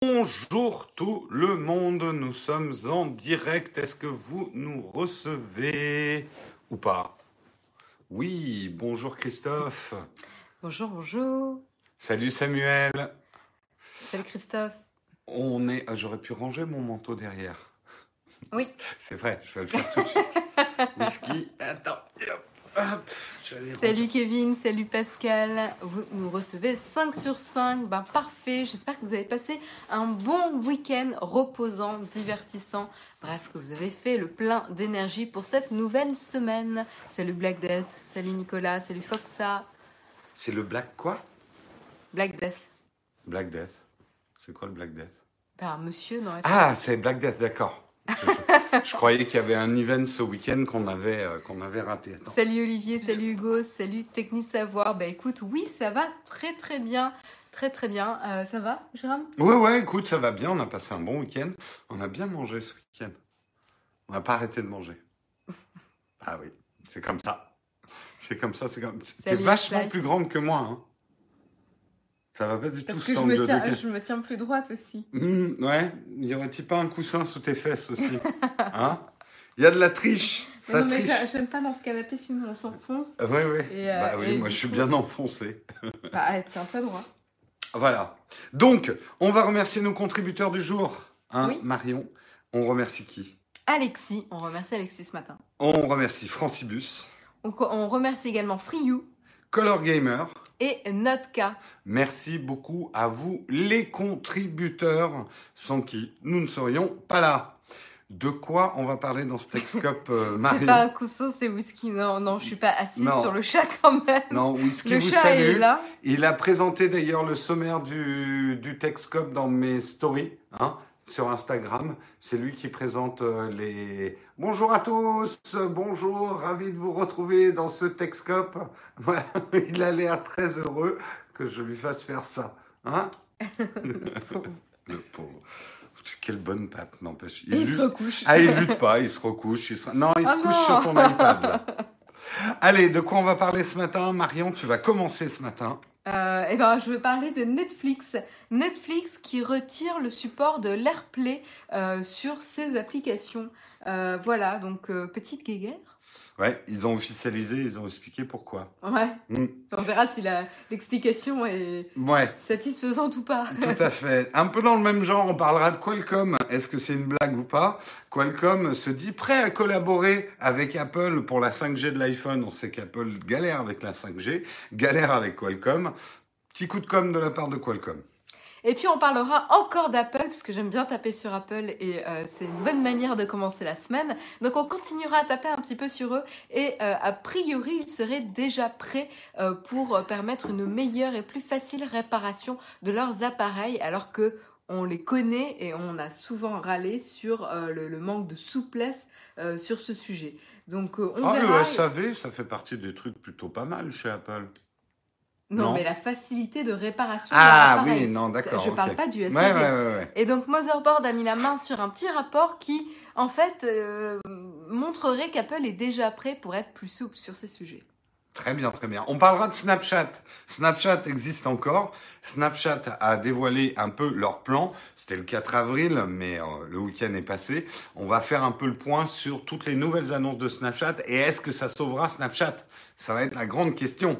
Bonjour tout le monde, nous sommes en direct. Est-ce que vous nous recevez ou pas? Oui, bonjour Christophe. Bonjour, bonjour. Salut Samuel. Salut Christophe. J'aurais pu ranger mon manteau derrière. Oui. C'est vrai, je vais le faire tout de suite. Whisky, attends. Hop, salut Kevin, salut Pascal. Vous nous recevez 5 sur 5. Ben, parfait. J'espère que vous avez passé un bon week-end reposant, divertissant. Bref, que vous avez fait le plein d'énergie pour cette nouvelle semaine. Salut Black Death, salut Nicolas, salut Foxa. C'est le Black quoi? Black Death. Black Death. C'est quoi le Black Death? Ben, monsieur, non. Ah, c'est Black Death, d'accord. Je croyais qu'il y avait un event ce week-end qu'on avait raté. Attends. Salut Olivier, salut Hugo, salut Techni Savoir. Bah écoute, oui, ça va très très bien. Très très bien. Ça va, Jérôme? Ouais, écoute, ça va bien. On a passé un bon week-end. On a bien mangé ce week-end. On n'a pas arrêté de manger. Ah oui, c'est comme ça. C'est comme ça. T'es vachement plus grande que moi. Hein. Ça va pas du tout. Parce que je me tiens plus droite aussi. Ouais, y aurait-il pas un coussin sous tes fesses aussi? Hein? Il y a de la triche. Ça non, mais triche. j'aime pas dans ce canapé, sinon on s'enfonce. Oui, moi je suis bien enfoncé. Bah, tiens-toi droit. Voilà. Donc, on va remercier nos contributeurs du jour. Hein, oui. Marion, on remercie qui? Alexis. On remercie Alexis ce matin. On remercie Francibus. On remercie également FreeU. Color Gamer. Et Notka. Merci beaucoup à vous, les contributeurs, sans qui nous ne serions pas là. De quoi on va parler dans ce Texcope, Marie? C'est pas un coussin, c'est whisky. Non, je suis pas assise sur le chat quand même. Non, whisky, le vous chat salue. est là. Il a présenté d'ailleurs le sommaire du Texcope dans mes stories, hein, sur Instagram. C'est lui qui présente les... Bonjour à tous, bonjour, ravi de vous retrouver dans ce Texcope. Voilà, il a l'air très heureux que je lui fasse faire ça. Hein? Le pauvre. Quelle bonne patte, n'empêche. Il se recouche. Ah, il lutte pas, il se recouche. Non, il se couche sur ton iPad. Là. Allez, de quoi on va parler ce matin? Marion, tu vas commencer ce matin. Je vais parler de Netflix. Netflix qui retire le support de l'AirPlay sur ses applications. Voilà, donc petite guéguerre. Ouais, ils ont officialisé, ils ont expliqué pourquoi. Ouais, On verra si l'explication est satisfaisante ou pas. Tout à fait. Un peu dans le même genre, on parlera de Qualcomm. Est-ce que c'est une blague ou pas? Qualcomm se dit prêt à collaborer avec Apple pour la 5G de l'iPhone. On sait qu'Apple galère avec la 5G, galère avec Qualcomm. Petit coup de com' de la part de Qualcomm. Et puis on parlera encore d'Apple, parce que j'aime bien taper sur Apple et c'est une bonne manière de commencer la semaine. Donc on continuera à taper un petit peu sur eux et a priori ils seraient déjà prêts pour permettre une meilleure et plus facile réparation de leurs appareils, alors que on les connaît et on a souvent râlé sur le manque de souplesse sur ce sujet. Donc on verra. Le SAV, ça fait partie des trucs plutôt pas mal chez Apple. Non, mais la facilité de réparation. Ah oui, non, d'accord. Je parle pas du SAV. Ouais. Et donc, Motherboard a mis la main sur un petit rapport qui, en fait, montrerait qu'Apple est déjà prêt pour être plus souple sur ces sujets. Très bien. On parlera de Snapchat. Snapchat existe encore. Snapchat a dévoilé un peu leur plan. C'était le 4 avril, mais le week-end est passé. On va faire un peu le point sur toutes les nouvelles annonces de Snapchat. Et est-ce que ça sauvera Snapchat? Ça va être la grande question.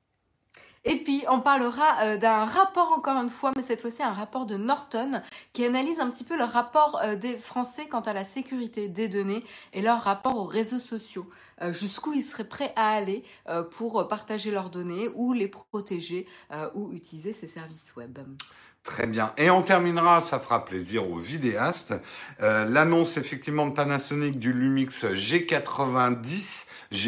Et puis, on parlera d'un rapport encore une fois, mais cette fois-ci un rapport de Norton qui analyse un petit peu le rapport des Français quant à la sécurité des données et leur rapport aux réseaux sociaux. Jusqu'où ils seraient prêts à aller pour partager leurs données ou les protéger ou utiliser ces services web. Très bien. Et on terminera, ça fera plaisir aux vidéastes, l'annonce effectivement de Panasonic du Lumix G90,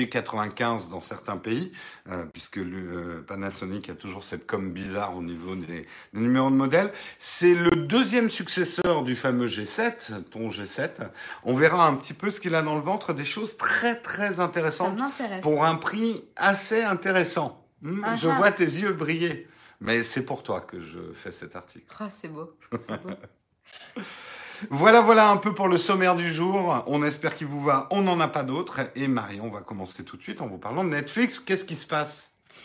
G95 dans certains pays, puisque Panasonic a toujours cette com bizarre au niveau des numéros de modèle. C'est le deuxième successeur du fameux G7, ton G7. On verra un petit peu ce qu'il a dans le ventre, des choses très très intéressantes pour un prix assez intéressant. Je vois tes yeux briller. Mais c'est pour toi que je fais cet article. Ah, c'est beau. Voilà un peu pour le sommaire du jour. On espère qu'il vous va. On n'en a pas d'autres. Et Marion, on va commencer tout de suite en vous parlant de Netflix. Qu'est-ce qui se passe?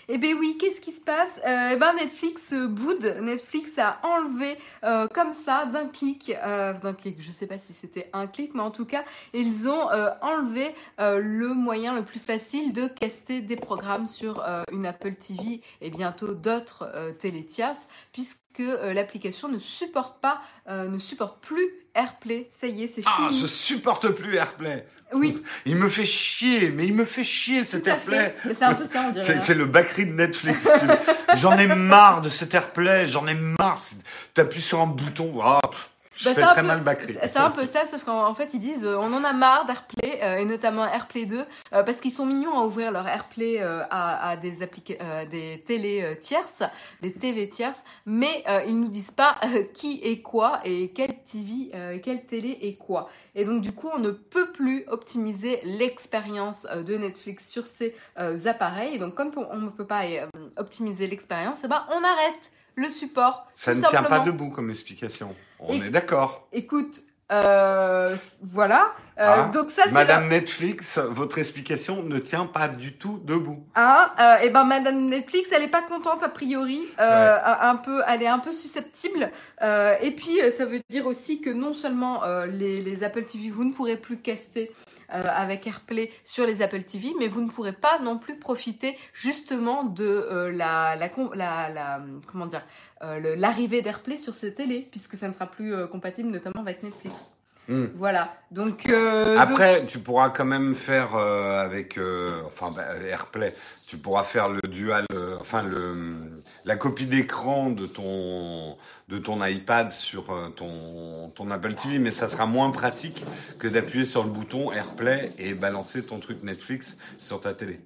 Eh ben oui, qu'est-ce qui se passe? Eh ben Netflix boude. Netflix a enlevé comme ça d'un clic. Je sais pas si c'était un clic, mais en tout cas, ils ont enlevé le moyen le plus facile de caster des programmes sur une Apple TV et bientôt d'autres télé tierces, puisque l'application ne supporte plus AirPlay. Ça y est, c'est Ah, fini. je supporte plus AirPlay. Oui. Il me fait chier, cet Tout à AirPlay. fait. Mais c'est un peu ça, on dirait. C'est le Bakri de Netflix. J'en ai marre de cet AirPlay, j'en ai marre. T'appuies sur un bouton, je fais très mal Bakri. C'est un peu ça, sauf qu'en fait ils disent on en a marre d'AirPlay et notamment AirPlay 2 parce qu'ils sont mignons à ouvrir leur AirPlay à des télé tierces, des TV tierces, mais ils nous disent pas qui est quoi et quelle TV, quelle télé est quoi. Et donc du coup on ne peut plus optimiser l'expérience de Netflix sur ces appareils. Et donc comme on ne peut pas optimiser l'expérience, eh ben on arrête le support. Ça ne tient pas debout comme explication. On est d'accord. Écoute, voilà. Donc ça, c'est Madame Netflix, votre explication ne tient pas du tout debout. Et ben Madame Netflix, elle est pas contente a priori, elle est un peu susceptible. Et puis ça veut dire aussi que non seulement les Apple TV, vous ne pourrez plus caster avec AirPlay sur les Apple TV, mais vous ne pourrez pas non plus profiter justement de comment dire, l'arrivée d'AirPlay sur ces télés, puisque ça ne sera plus compatible notamment avec Netflix. Voilà. Donc après, tu pourras quand même faire avec AirPlay. Tu pourras faire le dual, la copie d'écran de ton iPad sur ton Apple TV, mais ça sera moins pratique que d'appuyer sur le bouton AirPlay et balancer ton truc Netflix sur ta télé.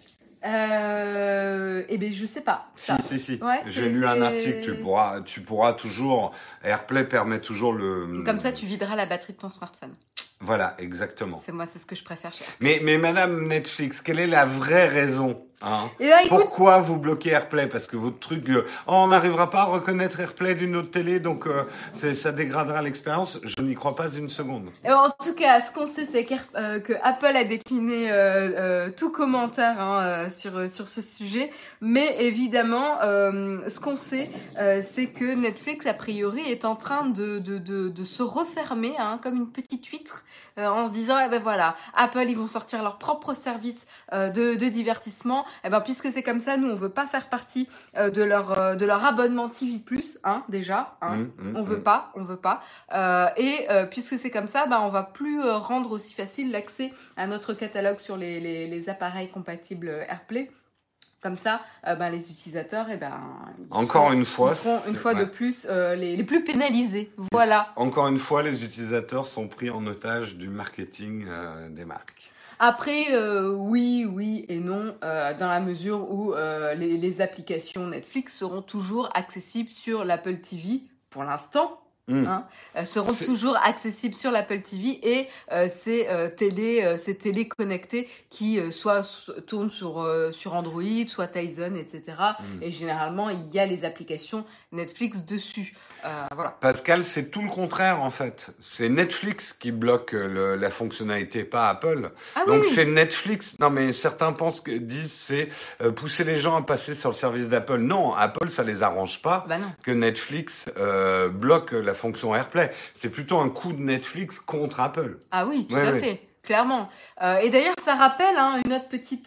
Eh ben je sais pas. Ça. Si. Ouais, j'ai lu un article. Tu pourras toujours. AirPlay permet toujours le. Comme ça, tu videras la batterie de ton smartphone. Voilà, exactement. C'est ce que je préfère chez AirPlay. Mais Madame Netflix, quelle est la vraie raison écoute, pourquoi vous bloquez AirPlay? Parce que votre truc, on n'arrivera pas à reconnaître AirPlay d'une autre télé, donc ça dégradera l'expérience. Je n'y crois pas une seconde. En tout cas, ce qu'on sait, c'est que Apple a décliné tout commentaire sur ce sujet. Mais évidemment, ce qu'on sait, c'est que Netflix, a priori, est en train de se refermer comme une petite huître, en se disant, eh ben voilà, Apple, ils vont sortir leur propre service de divertissement. Eh ben puisque c'est comme ça, nous on veut pas faire partie de leur abonnement TV+, déjà, on veut pas. Puisque c'est comme ça, on va plus rendre aussi facile l'accès à notre catalogue sur les appareils compatibles AirPlay. Comme ça, les utilisateurs, seront une fois de plus les plus pénalisés. Voilà. Encore une fois, les utilisateurs sont pris en otage du marketing des marques. Après, oui et non, dans la mesure où les applications Netflix seront toujours accessibles sur l'Apple TV pour l'instant. Seront toujours accessibles sur l'Apple TV et ces télés connectées qui soit tournent sur Android, soit Tizen, etc. Et généralement, il y a les applications Netflix dessus. Voilà. Pascal, c'est tout le contraire en fait. C'est Netflix qui bloque la fonctionnalité, pas Apple. Donc c'est Netflix. Non mais certains disent c'est pousser les gens à passer sur le service d'Apple. Non, Apple ça les arrange pas que Netflix bloque la fonction AirPlay. C'est plutôt un coup de Netflix contre Apple. Ah oui, tout à fait. Clairement. Et d'ailleurs, ça rappelle une autre petite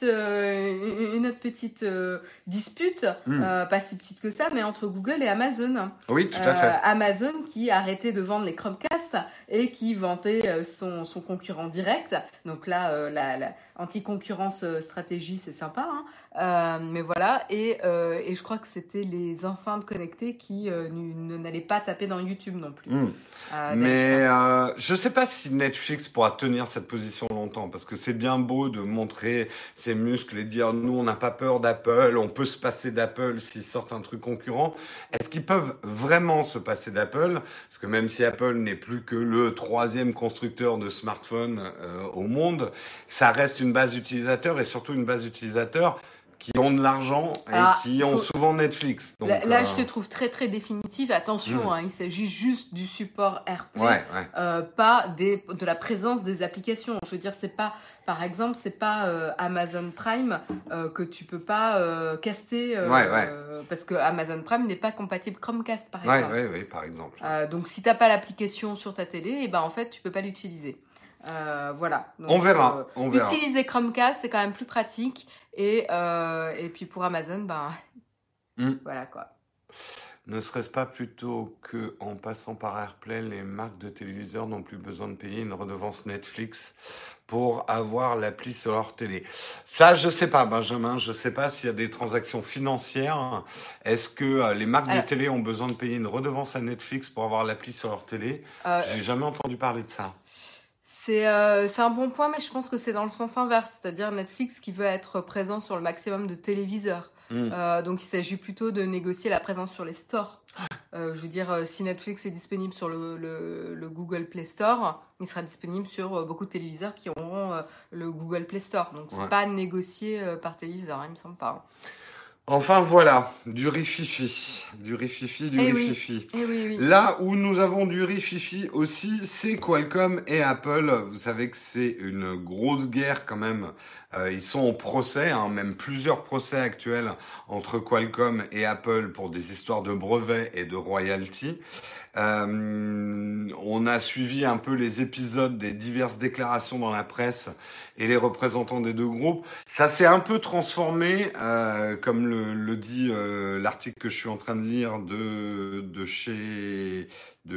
dispute, pas si petite que ça, mais entre Google et Amazon. Oui, tout à fait. Amazon qui a arrêté de vendre les Chromecast et qui vantait son concurrent direct. Donc là, la anti-concurrence stratégie, c'est sympa. Mais voilà. Et je crois que c'était les enceintes connectées qui n'allaient pas taper dans YouTube non plus. Mais je sais pas si Netflix pourra tenir cette position longtemps, parce que c'est bien beau de montrer ses muscles et dire nous on n'a pas peur d'Apple, on peut se passer d'Apple s'ils sortent un truc concurrent. Est-ce qu'ils peuvent vraiment se passer d'Apple? Parce que même si Apple n'est plus que le 3e constructeur de smartphones au monde, ça reste une base utilisateur et surtout une base utilisateur qui ont de l'argent et Alors, qui ont souvent Netflix. Donc, là, je te trouve très très définitive. Attention, il s'agit juste du support AirPlay, pas de la présence des applications. Je veux dire, c'est pas, par exemple, c'est pas Amazon Prime que tu peux pas caster parce que Amazon Prime n'est pas compatible Chromecast, par exemple. Oui, par exemple. Donc, si t'as pas l'application sur ta télé, et ben en fait, tu peux pas l'utiliser. Voilà. Donc, on verra. Utiliser Chromecast, c'est quand même plus pratique. Et puis pour Amazon, voilà quoi. Ne serait-ce pas plutôt que en passant par AirPlay, les marques de téléviseurs n'ont plus besoin de payer une redevance Netflix pour avoir l'appli sur leur télé? Ça, je sais pas, Benjamin. Je sais pas s'il y a des transactions financières. Est-ce que les marques de télé ont besoin de payer une redevance à Netflix pour avoir l'appli sur leur télé? J'ai jamais entendu parler de ça. C'est un bon point, mais je pense que c'est dans le sens inverse, c'est-à-dire Netflix qui veut être présent sur le maximum de téléviseurs. Donc il s'agit plutôt de négocier la présence sur les stores. Je veux dire, si Netflix est disponible sur le Google Play Store, il sera disponible sur beaucoup de téléviseurs qui auront le Google Play Store. Donc c'est pas négocié par téléviseur, il me semble pas. Enfin voilà, du rififi, du rififi. Oui. Là où nous avons du rififi aussi, c'est Qualcomm et Apple. Vous savez que c'est une grosse guerre quand même. Ils sont en procès, même plusieurs procès actuels entre Qualcomm et Apple pour des histoires de brevets et de royalties. On a suivi un peu les épisodes des diverses déclarations dans la presse et les représentants des deux groupes. Ça s'est un peu transformé, comme le dit l'article que je suis en train de lire de chez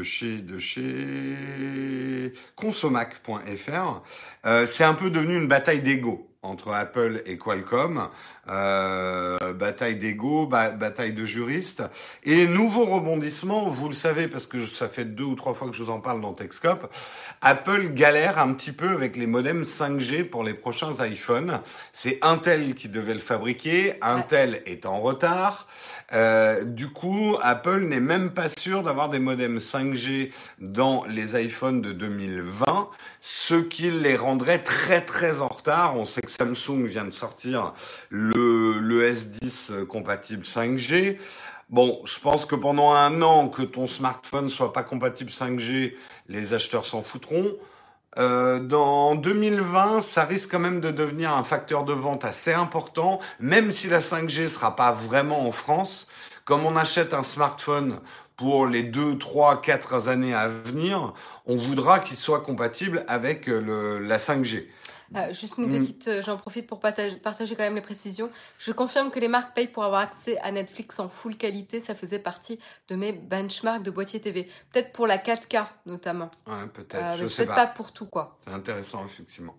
consomac.fr. C'est un peu devenu une bataille d'ego entre Apple et Qualcomm, bataille d'ego, bataille de juristes, et nouveau rebondissement, vous le savez parce que ça fait 2 ou 3 fois que je vous en parle dans Techscope, Apple galère un petit peu avec les modems 5G pour les prochains iPhones. C'est Intel qui devait le fabriquer, Intel est en retard, du coup Apple n'est même pas sûr d'avoir des modems 5G dans les iPhones de 2020, ce qui les rendrait très très en retard. On sait que Samsung vient de sortir le S10 compatible 5G. Bon, je pense que pendant 1 an que ton smartphone soit pas compatible 5G, les acheteurs s'en foutront. Dans 2020, ça risque quand même de devenir un facteur de vente assez important, même si la 5G sera pas vraiment en France. Comme on achète un smartphone pour les 2, 3, 4 années à venir, on voudra qu'il soit compatible avec la 5G. Juste une petite, j'en profite pour partager quand même les précisions. Je confirme que les marques payent pour avoir accès à Netflix en full qualité. Ça faisait partie de mes benchmarks de boîtier TV. Peut-être pour la 4K notamment. Ouais, peut-être. Je sais peut-être pas pour tout quoi. C'est intéressant effectivement.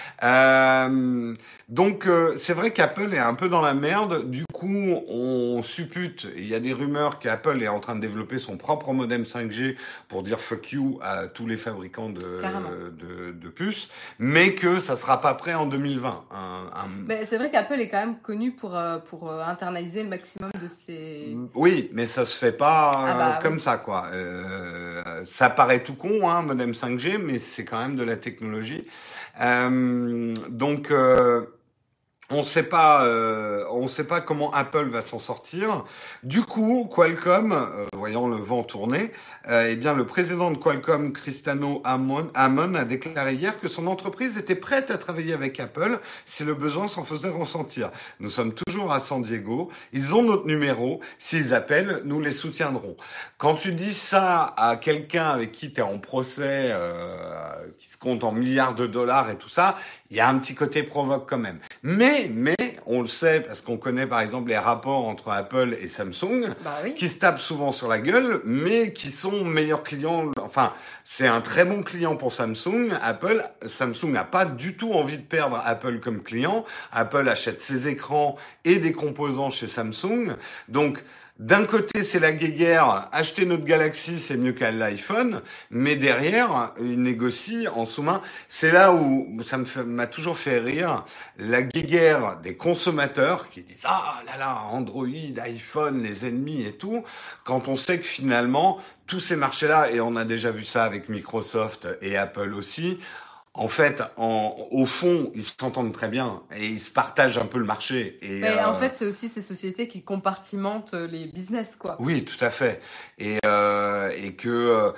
Donc c'est vrai qu'Apple est un peu dans la merde. Du coup, on suppute. Il y a des rumeurs qu'Apple est en train de développer son propre modem 5G pour dire fuck you à tous les fabricants de puces, mais que ça sera pas prêt en 2020. Mais c'est vrai qu'Apple est quand même connu pour internaliser le maximum de ses... Oui, mais ça se fait pas comme ça, quoi. Ça paraît tout con, modem 5G, mais c'est quand même de la technologie. Donc, on sait pas comment Apple va s'en sortir. Du coup, Qualcomm, voyant le vent tourner, le président de Qualcomm, Cristiano Amon, a déclaré hier que son entreprise était prête à travailler avec Apple si le besoin s'en faisait ressentir. Nous sommes toujours à San Diego. Ils ont notre numéro. S'ils appellent, nous les soutiendrons. Quand tu dis ça à quelqu'un avec qui tu es en procès, qui se compte en milliards de dollars et tout ça, il y a un petit côté provoque quand même. Mais on le sait parce qu'on connaît par exemple les rapports entre Apple et Samsung, qui se tapent souvent sur la gueule, mais qui sont meilleurs clients. Enfin, c'est un très bon client pour Samsung. Samsung n'a pas du tout envie de perdre Apple comme client. Apple achète ses écrans et des composants chez Samsung. Donc, d'un côté, c'est la guéguerre, acheter notre Galaxy, c'est mieux qu'à l'iPhone, mais derrière, ils négocient en sous-main. C'est là où m'a toujours fait rire, la guéguerre des consommateurs qui disent « Ah là là, Android, iPhone, les ennemis et tout », quand on sait que finalement, tous ces marchés-là, et on a déjà vu ça avec Microsoft et Apple aussi, En fait, au fond, ils s'entendent très bien et ils se partagent un peu le marché. Mais en fait, c'est aussi ces sociétés qui compartimentent les business, quoi. Oui, tout à fait. Et que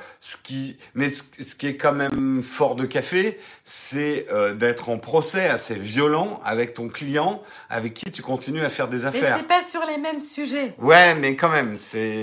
ce qui est quand même fort de café, c'est d'être en procès assez violent avec ton client, avec qui tu continues à faire des Mais affaires. c'est pas sur les mêmes sujets. Ouais, mais quand même,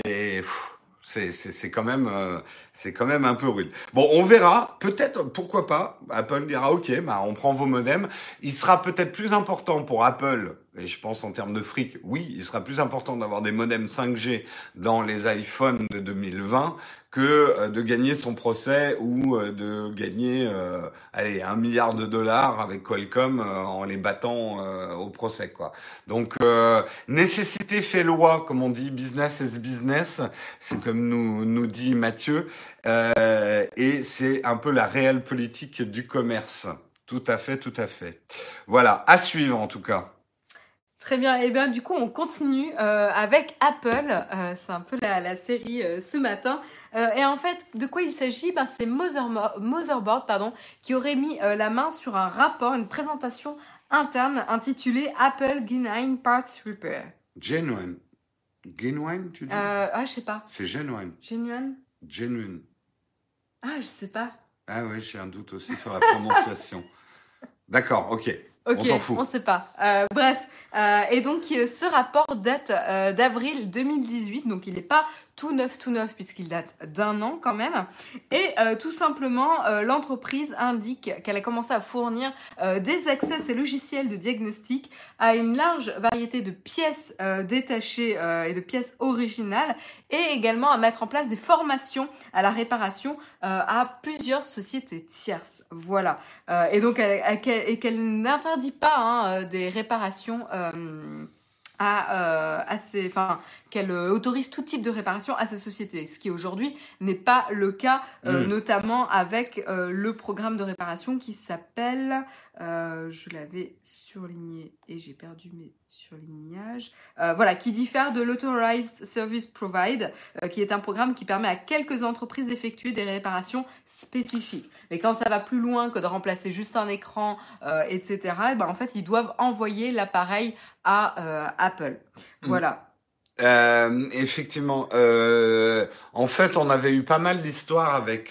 c'est quand même un peu rude. Bon, on verra. Peut-être, pourquoi pas. Apple dira, OK, bah, on prend vos modems. Il sera peut-être plus important pour Apple, et je pense en termes de fric, oui, il sera plus important d'avoir des modems 5G dans les iPhones de 2020 que de gagner son procès ou de gagner, allez, 1 milliard de dollars avec Qualcomm en les battant au procès, quoi. Donc, nécessité fait loi, comme on dit, business is business. C'est comme nous dit Mathieu. Et c'est un peu la réelle politique du commerce. Tout à fait, tout à fait. Voilà, à suivre en tout cas. Très bien. Et bien, du coup, on continue avec Apple. C'est un peu la série ce matin. Et en fait, de quoi il s'agit? Ben, c'est Motherboard, qui aurait mis la main sur un rapport, une présentation interne intitulée Apple Genuine Parts Repair. Genuine. Genuine, tu dis? Je sais pas. C'est genuine. Genuine? Genuine. Ah, je sais pas. Ah oui, j'ai un doute aussi sur la prononciation. D'accord, ok. Ok, on s'en fout. On sait pas. Bref, et donc ce rapport date d'avril 2018, donc il n'est pas tout neuf puisqu'il date d'1 an quand même. Et tout simplement, l'entreprise indique qu'elle a commencé à fournir des accès à ses logiciels de diagnostic à une large variété de pièces détachées et de pièces originales, et également à mettre en place des formations à la réparation à plusieurs sociétés tierces. Voilà. Et donc qu'elle n'interdit pas des réparations qu'elle autorise tout type de réparation à ces sociétés, ce qui aujourd'hui n'est pas le cas, notamment avec le programme de réparation qui s'appelle, je l'avais surligné et j'ai perdu mes surlignages, qui diffère de l'Authorized Service Provide, qui est un programme qui permet à quelques entreprises d'effectuer des réparations spécifiques. Mais quand ça va plus loin que de remplacer juste un écran, etc., en fait, ils doivent envoyer l'appareil à Apple. Voilà. Effectivement. En fait, on avait eu pas mal d'histoires avec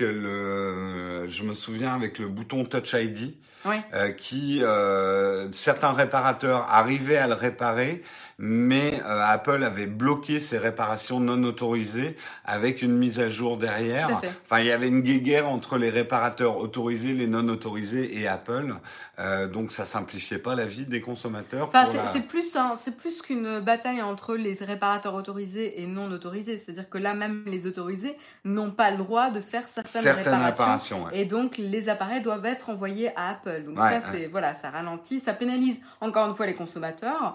je me souviens avec le bouton Touch ID, ouais. Qui certains réparateurs arrivaient à le réparer, mais Apple avait bloqué ces réparations non autorisées avec une mise à jour derrière. Tout à fait. Enfin, il y avait une guéguerre entre les réparateurs autorisés, les non autorisés et Apple. Donc, ça simplifiait pas la vie des consommateurs. Enfin, c'est plus qu'une bataille entre les réparateurs autorisés et non autorisés. C'est-à-dire que là, même les autorisés n'ont pas le droit de faire certaines réparations. Ouais. Et donc, les appareils doivent être envoyés à Apple. Donc ça ralentit, ça pénalise encore une fois les consommateurs.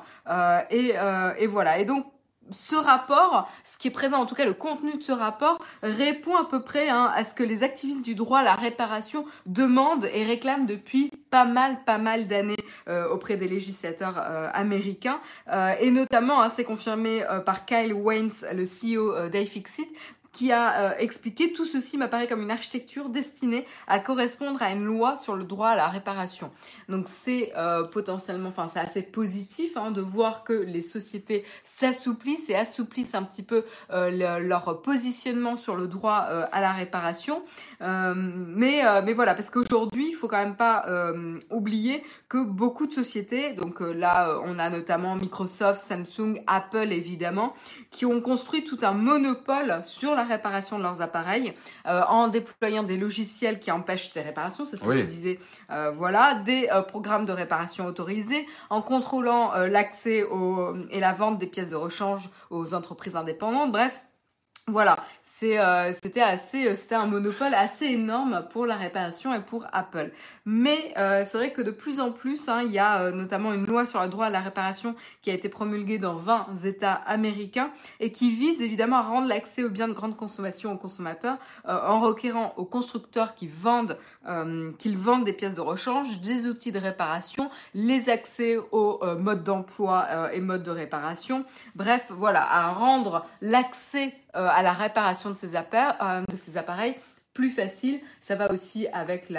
Et voilà. Et donc, ce rapport, ce qui est présent, en tout cas le contenu de ce rapport, répond à peu près à ce que les activistes du droit à la réparation demandent et réclament depuis pas mal d'années auprès des législateurs américains. Et notamment, c'est confirmé par Kyle Waynes, le CEO d'iFixit, qui a expliqué: tout ceci m'apparaît comme une architecture destinée à correspondre à une loi sur le droit à la réparation. Donc c'est potentiellement, c'est assez positif de voir que les sociétés s'assouplissent et assouplissent un petit peu leur positionnement sur le droit à la réparation. Mais voilà, parce qu'aujourd'hui, il faut quand même pas oublier que beaucoup de sociétés, donc là on a notamment Microsoft, Samsung, Apple évidemment, qui ont construit tout un monopole sur la réparation de leurs appareils en déployant des logiciels qui empêchent ces réparations, c'est ce que je disais, des programmes de réparation autorisés, en contrôlant l'accès et la vente des pièces de rechange aux entreprises indépendantes. Bref, voilà, c'était un monopole assez énorme pour la réparation et pour Apple. Mais c'est vrai que de plus en plus, il y a notamment une loi sur le droit à la réparation qui a été promulguée dans 20 États américains et qui vise évidemment à rendre l'accès aux biens de grande consommation aux consommateurs en requérant aux constructeurs qu'ils vendent des pièces de rechange, des outils de réparation, les accès aux modes d'emploi et modes de réparation. Bref, voilà, à rendre l'accès à la réparation de ces appareils plus facile. Ça va aussi avec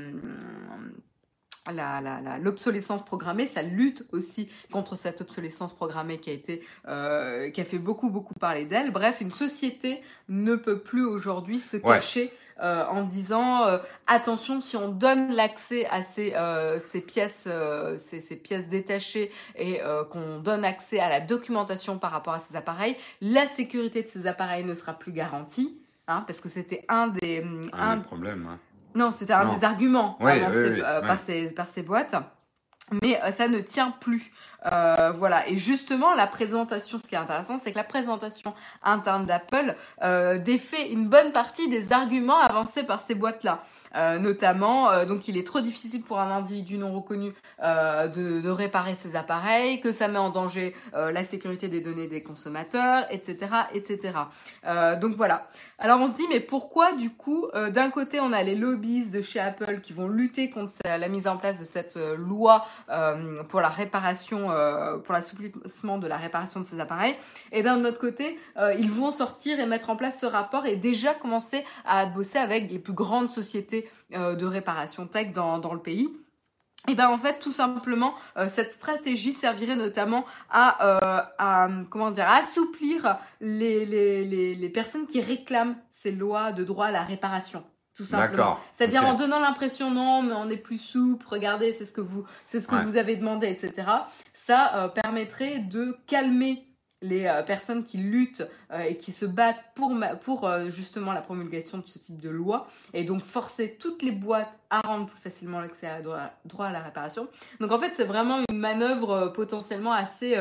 l'obsolescence programmée, ça lutte aussi contre cette obsolescence programmée qui a fait beaucoup parler d'elle. Bref, une société ne peut plus aujourd'hui se cacher en disant attention, si on donne l'accès à ces pièces détachées et qu'on donne accès à la documentation par rapport à ces appareils, la sécurité de ces appareils ne sera plus garantie, parce que c'était un des problèmes. Hein. Non, c'était un des arguments avancés par ces boîtes. Mais ça ne tient plus. Voilà. Et justement, la présentation, ce qui est intéressant, c'est que la présentation interne d'Apple défait une bonne partie des arguments avancés par ces boîtes-là. Notamment, donc il est trop difficile pour un individu non reconnu de réparer ses appareils, que ça met en danger la sécurité des données des consommateurs, etc., etc. Donc voilà. Alors on se dit, mais pourquoi du coup, d'un côté on a les lobbies de chez Apple qui vont lutter contre la mise en place de cette loi pour la réparation, pour l'assouplissement de la réparation de ces appareils, et d'un autre côté, ils vont sortir et mettre en place ce rapport et déjà commencer à bosser avec les plus grandes sociétés de réparation tech dans le pays. Et ben en fait tout simplement cette stratégie servirait notamment à assouplir les personnes qui réclament ces lois de droit à la réparation. Tout simplement. C'est-à-dire en donnant l'impression non, mais on est plus souple, regardez, c'est ce que vous avez demandé, etc. Ça permettrait de calmer les personnes qui luttent et qui se battent pour justement la promulgation de ce type de loi, et donc forcer toutes les boîtes à rendre plus facilement l'accès à droit à la réparation. Donc en fait, c'est vraiment une manœuvre potentiellement assez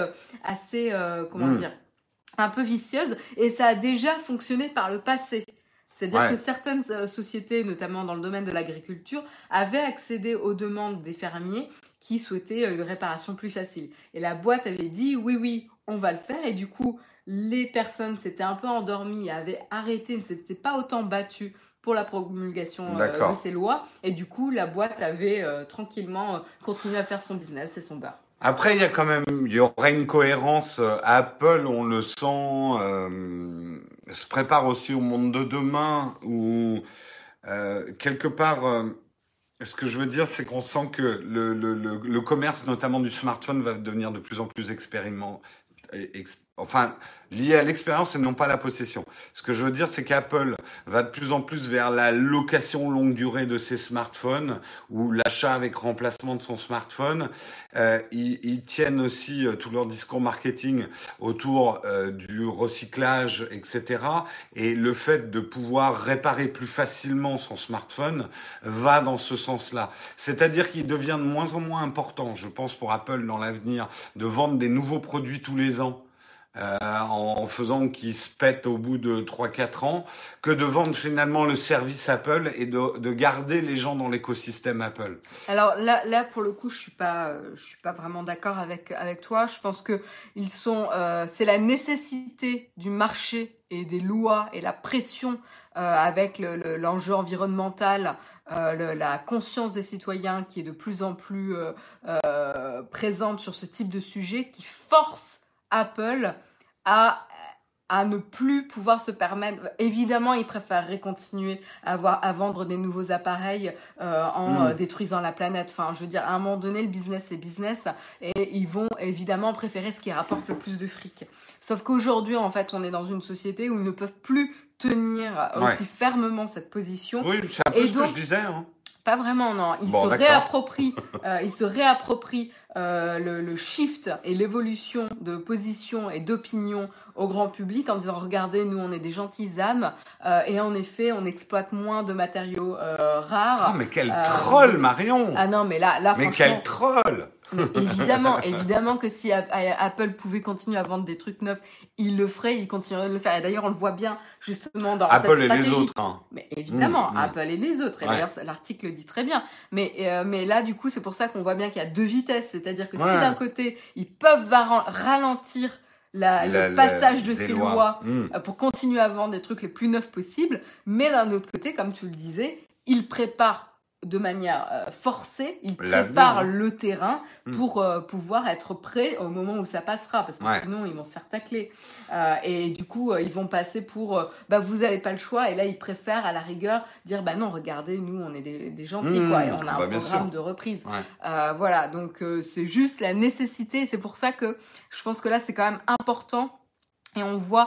un peu vicieuse, et ça a déjà fonctionné par le passé. C'est-à-dire que certaines sociétés, notamment dans le domaine de l'agriculture, avaient accédé aux demandes des fermiers qui souhaitaient une réparation plus facile. Et la boîte avait dit oui, on va le faire. Et du coup, les personnes s'étaient un peu endormies, avaient arrêté, ne s'étaient pas autant battues pour la promulgation de ces lois. Et du coup, la boîte avait tranquillement continué à faire son business et son beurre. Après, il y aurait une cohérence. Apple, on le sent, se prépare aussi au monde de demain où, quelque part, ce que je veux dire, c'est qu'on sent que le commerce, notamment du smartphone, va devenir de plus en plus lié à l'expérience et non pas à la possession. Ce que je veux dire, c'est qu'Apple va de plus en plus vers la location longue durée de ses smartphones ou l'achat avec remplacement de son smartphone. Ils tiennent aussi tout leur discours marketing autour du recyclage, etc. Et le fait de pouvoir réparer plus facilement son smartphone va dans ce sens-là. C'est-à-dire qu'il devient de moins en moins important, je pense, pour Apple dans l'avenir, de vendre des nouveaux produits tous les ans. En faisant qu'ils se pètent au bout de 3-4 ans, que de vendre finalement le service Apple et de garder les gens dans l'écosystème Apple. Alors là pour le coup, je suis pas vraiment d'accord avec toi. Je pense que c'est la nécessité du marché et des lois et la pression avec l'enjeu environnemental, la conscience des citoyens qui est de plus en plus présente sur ce type de sujet, qui force Apple à ne plus pouvoir se permettre. Évidemment, ils préféreraient continuer à vendre des nouveaux appareils en détruisant la planète. Enfin, je veux dire, à un moment donné, le business c'est business, et ils vont évidemment préférer ce qui rapporte le plus de fric. Sauf qu'aujourd'hui, en fait, on est dans une société où ils ne peuvent plus tenir aussi fermement cette position. Oui, c'est un peu ce que je disais. Hein. Pas vraiment, non. Ils se réapproprient le shift et l'évolution de position et d'opinion au grand public en disant regardez, nous on est des gentilles âmes et en effet on exploite moins de matériaux rares. Oh mais quel troll, Marion! Ah non mais là mais franchement, quel troll! Mais évidemment que si Apple pouvait continuer à vendre des trucs neufs, il le ferait, il continuerait de le faire. Et d'ailleurs, on le voit bien justement dans Apple cette stratégie. Et les autres. Hein. Mais évidemment, Apple et les autres. Et d'ailleurs, l'article le dit très bien. Mais là, du coup, c'est pour ça qu'on voit bien qu'il y a deux vitesses. C'est-à-dire que si d'un côté, ils peuvent ralentir le passage de ces lois pour continuer à vendre des trucs les plus neufs possibles, mais d'un autre côté, comme tu le disais, ils préparent de manière forcée, ils L'avenir, préparent hein. le terrain pour pouvoir être prêts au moment où ça passera, parce que Ouais. sinon ils vont se faire tacler. Et du coup, ils vont passer pour vous n'avez pas le choix, et là ils préfèrent à la rigueur dire non, regardez, nous on est des gentils, quoi, et on a un bien programme sûr. de reprise. Ouais. Voilà, donc c'est juste la nécessité, c'est pour ça que je pense que là c'est quand même important. Et on voit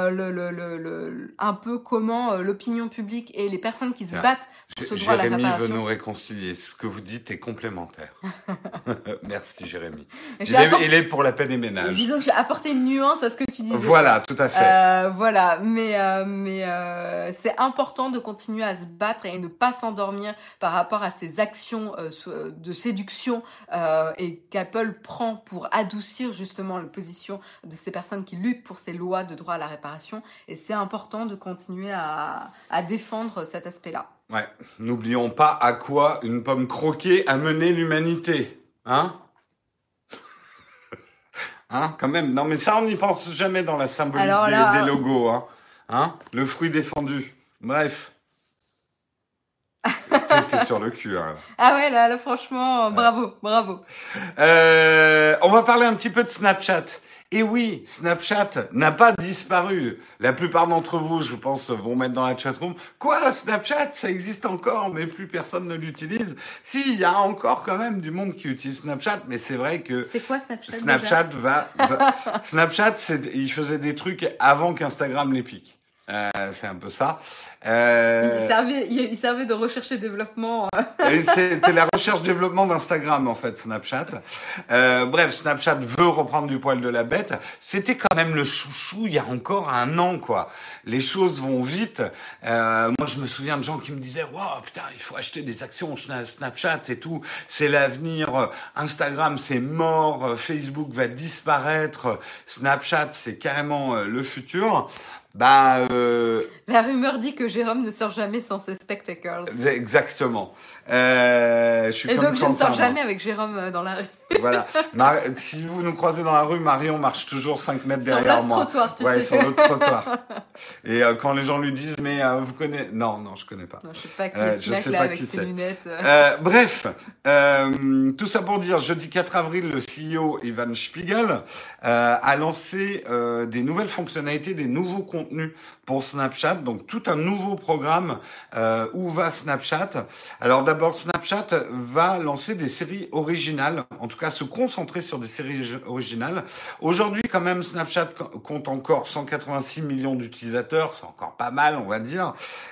un peu comment l'opinion publique et les personnes qui se Tiens. battent pour ce droit à la Jérémy veut réparation. nous réconcilier. Ce que vous dites est complémentaire. Merci Jérémy. Il Il est pour la paix des ménages. Disons que j'ai apporté une nuance à ce que tu disais. Voilà, tout à fait. Voilà, mais c'est important de continuer à se battre et ne pas s'endormir par rapport à ces actions de séduction et qu'Apple prend pour adoucir justement la position de ces personnes qui luttent pour ces lois de droit à la réparation. Et c'est important de continuer à défendre cet aspect-là. Ouais. N'oublions pas à quoi une pomme croquée a mené l'humanité. Hein? Hein, quand même. Non, mais ça, on n'y pense jamais dans la symbolique des logos. Hein? Le fruit défendu. Bref. T'es sur le cul. Hein. Ah ouais, là franchement, bravo. On va parler un petit peu de Snapchat. Et oui, Snapchat n'a pas disparu. La plupart d'entre vous, je pense, vont mettre dans la chatroom. Quoi, Snapchat, ça existe encore, mais plus personne ne l'utilise. Si, il y a encore quand même du monde qui utilise Snapchat, mais c'est vrai que... C'est quoi Snapchat Snapchat Snapchat, il faisait des trucs avant qu'Instagram les pique. C'est un peu ça. Il servait de recherche et développement. Et c'était la recherche-développement d'Instagram, en fait, Snapchat. Bref, Snapchat veut reprendre du poil de la bête. C'était quand même le chouchou il y a encore un an, quoi. Les choses vont vite. Moi, je me souviens de gens qui me disaient « Wow, putain, il faut acheter des actions Snapchat et tout. C'est l'avenir. Instagram, c'est mort. Facebook va disparaître. Snapchat, c'est carrément le futur. » La rumeur dit que Jérôme ne sort jamais sans ses spectacles. Exactement. Je suis et comme donc je ne Quentin, sors jamais avec Jérôme dans la rue. Voilà. Si vous nous croisez dans la rue, Marion marche toujours 5 mètres derrière moi. Sur l'autre trottoir, tu sais. Sur l'autre trottoir. Et quand les gens lui disent, mais vous connaissez... Non, je connais pas. Non, je sais pas qui est ce mec-là avec ses lunettes. Bref, tout ça pour dire, jeudi 4 avril, le CEO Evan Spiegel a lancé des nouvelles fonctionnalités, des nouveaux contenus pour Snapchat, donc tout un nouveau programme où va Snapchat. Alors d'abord, Snapchat va lancer des séries originales, en tout cas se concentrer sur des séries originales. Aujourd'hui, quand même, Snapchat compte encore 186 millions d'utilisateurs, c'est encore pas mal, on va dire,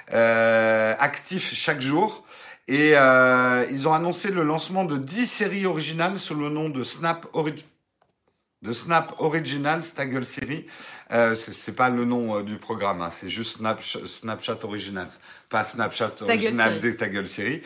actifs chaque jour. Et ils ont annoncé le lancement de 10 séries originales sous le nom de Snap Original, ta gueule série. C'est pas le nom du programme, hein, c'est juste Snapchat Original, pas Snapchat Original de ta gueule série.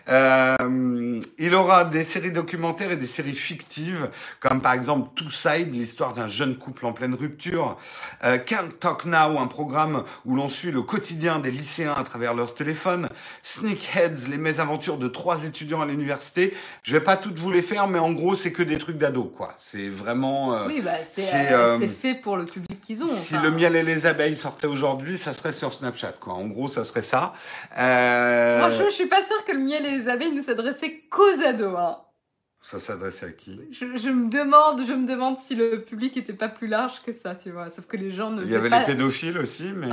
Il aura des séries documentaires et des séries fictives, comme par exemple Two Sides, l'histoire d'un jeune couple en pleine rupture. Can't Talk Now, un programme où l'on suit le quotidien des lycéens à travers leur téléphone. Sneakheads, les mésaventures de 3 étudiants à l'université. Je vais pas toutes vous les faire, mais en gros, c'est que des trucs d'ados, quoi. C'est vraiment... oui, c'est fait pour le public qu'ils ont. Si le miel et les abeilles sortaient aujourd'hui, ça serait sur Snapchat, quoi. En gros, ça serait ça. Franchement, je suis pas sûre que le miel et les abeilles ne s'adressaient qu'aux ados, hein. Ça s'adressait à qui? Je me demande si le public était pas plus large que ça, tu vois. Sauf que les gens ne... Il y avait les pédophiles aussi, mais...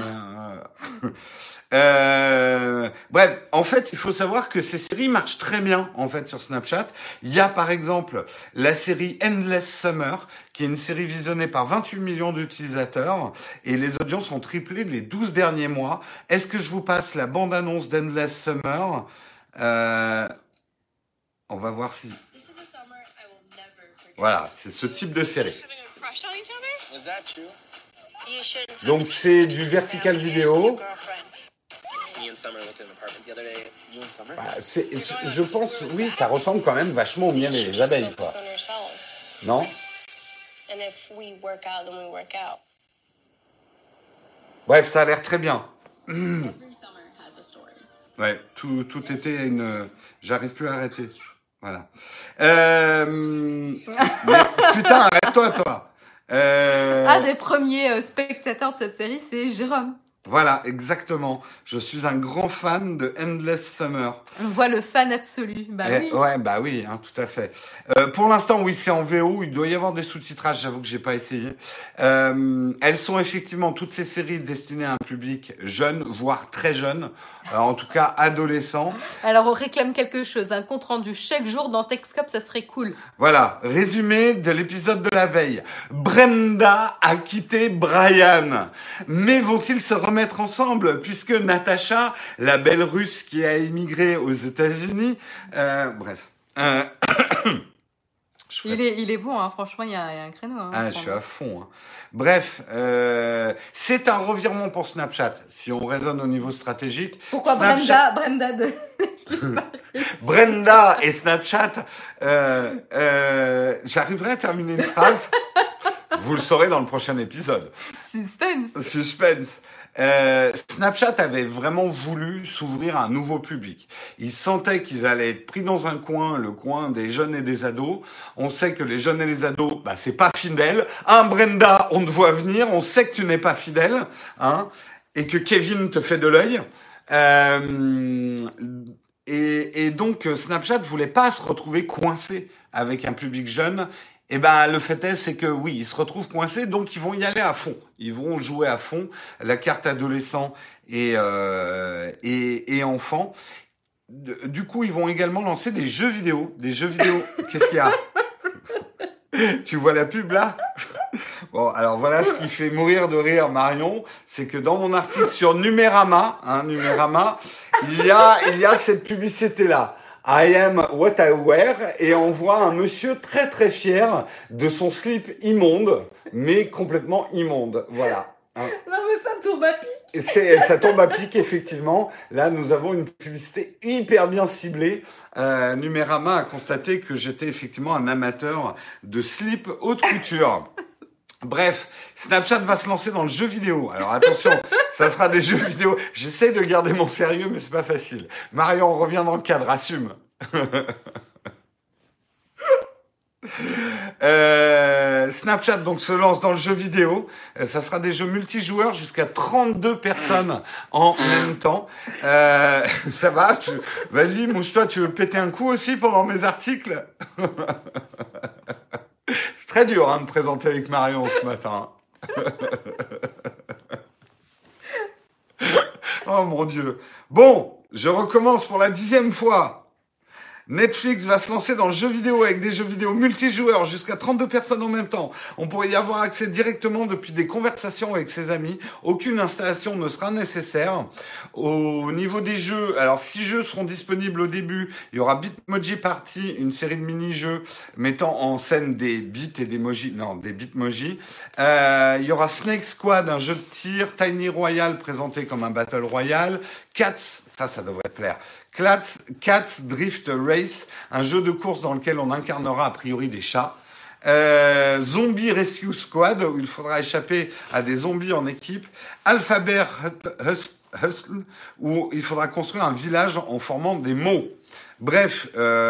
Bref, en fait, il faut savoir que ces séries marchent très bien, en fait, sur Snapchat. Il y a, par exemple, la série Endless Summer, qui est une série visionnée par 28 millions d'utilisateurs, et les audiences ont triplé les 12 derniers mois. Est-ce que je vous passe la bande-annonce d'Endless Summer? On va voir si... Voilà, c'est ce type de série. Donc, c'est du vertical vidéo. Je pense, oui, ça ressemble quand même vachement au miel et les abeilles, quoi. Non? Bref, ça a l'air très bien. Ouais, tout était une... J'arrive plus à arrêter. Voilà. Mais, putain, arrête-toi, toi. Un des premiers spectateurs de cette série, c'est Jérôme. Voilà, exactement. Je suis un grand fan de Endless Summer. On voit le fan absolu. Bah oui. Ouais, bah oui, hein, tout à fait. Pour l'instant, oui, c'est en VO. Il doit y avoir des sous-titrages. J'avoue que j'ai pas essayé. Elles sont effectivement toutes ces séries destinées à un public jeune, voire très jeune, en tout cas adolescent. Alors, on réclame quelque chose. Un compte rendu chaque jour dans Texcop, ça serait cool. Voilà, résumé de l'épisode de la veille. Brenda a quitté Brian. Mais vont-ils se remettre ensemble puisque Natacha, la belle russe qui a émigré aux États-Unis, bref. Il est bon, hein. Franchement, il y a un créneau. Hein, je suis à fond. Hein. Bref, c'est un revirement pour Snapchat, si on raisonne au niveau stratégique. Pourquoi Snapchat... Brenda de... Brenda et Snapchat, j'arriverai à terminer une phrase. Vous le saurez dans le prochain épisode. Suspense. Snapchat avait vraiment voulu s'ouvrir à un nouveau public. Ils sentaient qu'ils allaient être pris dans un coin, le coin des jeunes et des ados. On sait que les jeunes et les ados, c'est pas fidèle. Brenda, on te voit venir, on sait que tu n'es pas fidèle, hein, et que Kevin te fait de l'œil. Et donc Snapchat voulait pas se retrouver coincé avec un public jeune. Et le fait est, c'est que oui, ils se retrouvent coincés, donc ils vont y aller à fond. Ils vont jouer à fond la carte adolescent et enfant. Du coup, ils vont également lancer des jeux vidéo. Qu'est-ce qu'il y a? Tu vois la pub là? Bon, alors voilà ce qui fait mourir de rire Marion, c'est que dans mon article sur Numérama, il y a cette publicité là. I am what I wear, et on voit un monsieur très très fier de son slip immonde, mais complètement immonde. Voilà. Hein. Non mais ça tombe à pic. Ça tombe à pic, effectivement. Là, nous avons une publicité hyper bien ciblée. Numérama a constaté que j'étais effectivement un amateur de slip haute couture. Bref, Snapchat va se lancer dans le jeu vidéo. Alors attention, ça sera des jeux vidéo. J'essaie de garder mon sérieux, mais c'est pas facile. Marion, on revient dans le cadre, assume. Snapchat donc se lance dans le jeu vidéo. Ça sera des jeux multijoueurs jusqu'à 32 personnes en même temps. Ça va? Vas-y, mouche-toi, tu veux péter un coup aussi pendant mes articles? C'est très dur de me présenter avec Marion ce matin. Oh mon Dieu. Bon, je recommence pour la 10e fois. Netflix va se lancer dans le jeu vidéo avec des jeux vidéo multijoueurs jusqu'à 32 personnes en même temps. On pourrait y avoir accès directement depuis des conversations avec ses amis. Aucune installation ne sera nécessaire. Au niveau des jeux, alors 6 jeux seront disponibles au début. Il y aura Bitmoji Party, une série de mini-jeux mettant en scène des bits et des bitmoji. Il y aura Snake Squad, un jeu de tir. Tiny Royale présenté comme un Battle Royale. Cats, ça devrait te plaire. Cats Drift Race, un jeu de course dans lequel on incarnera a priori des chats. Zombie Rescue Squad, où il faudra échapper à des zombies en équipe. Alphabet Hustle, où il faudra construire un village en formant des mots. Bref,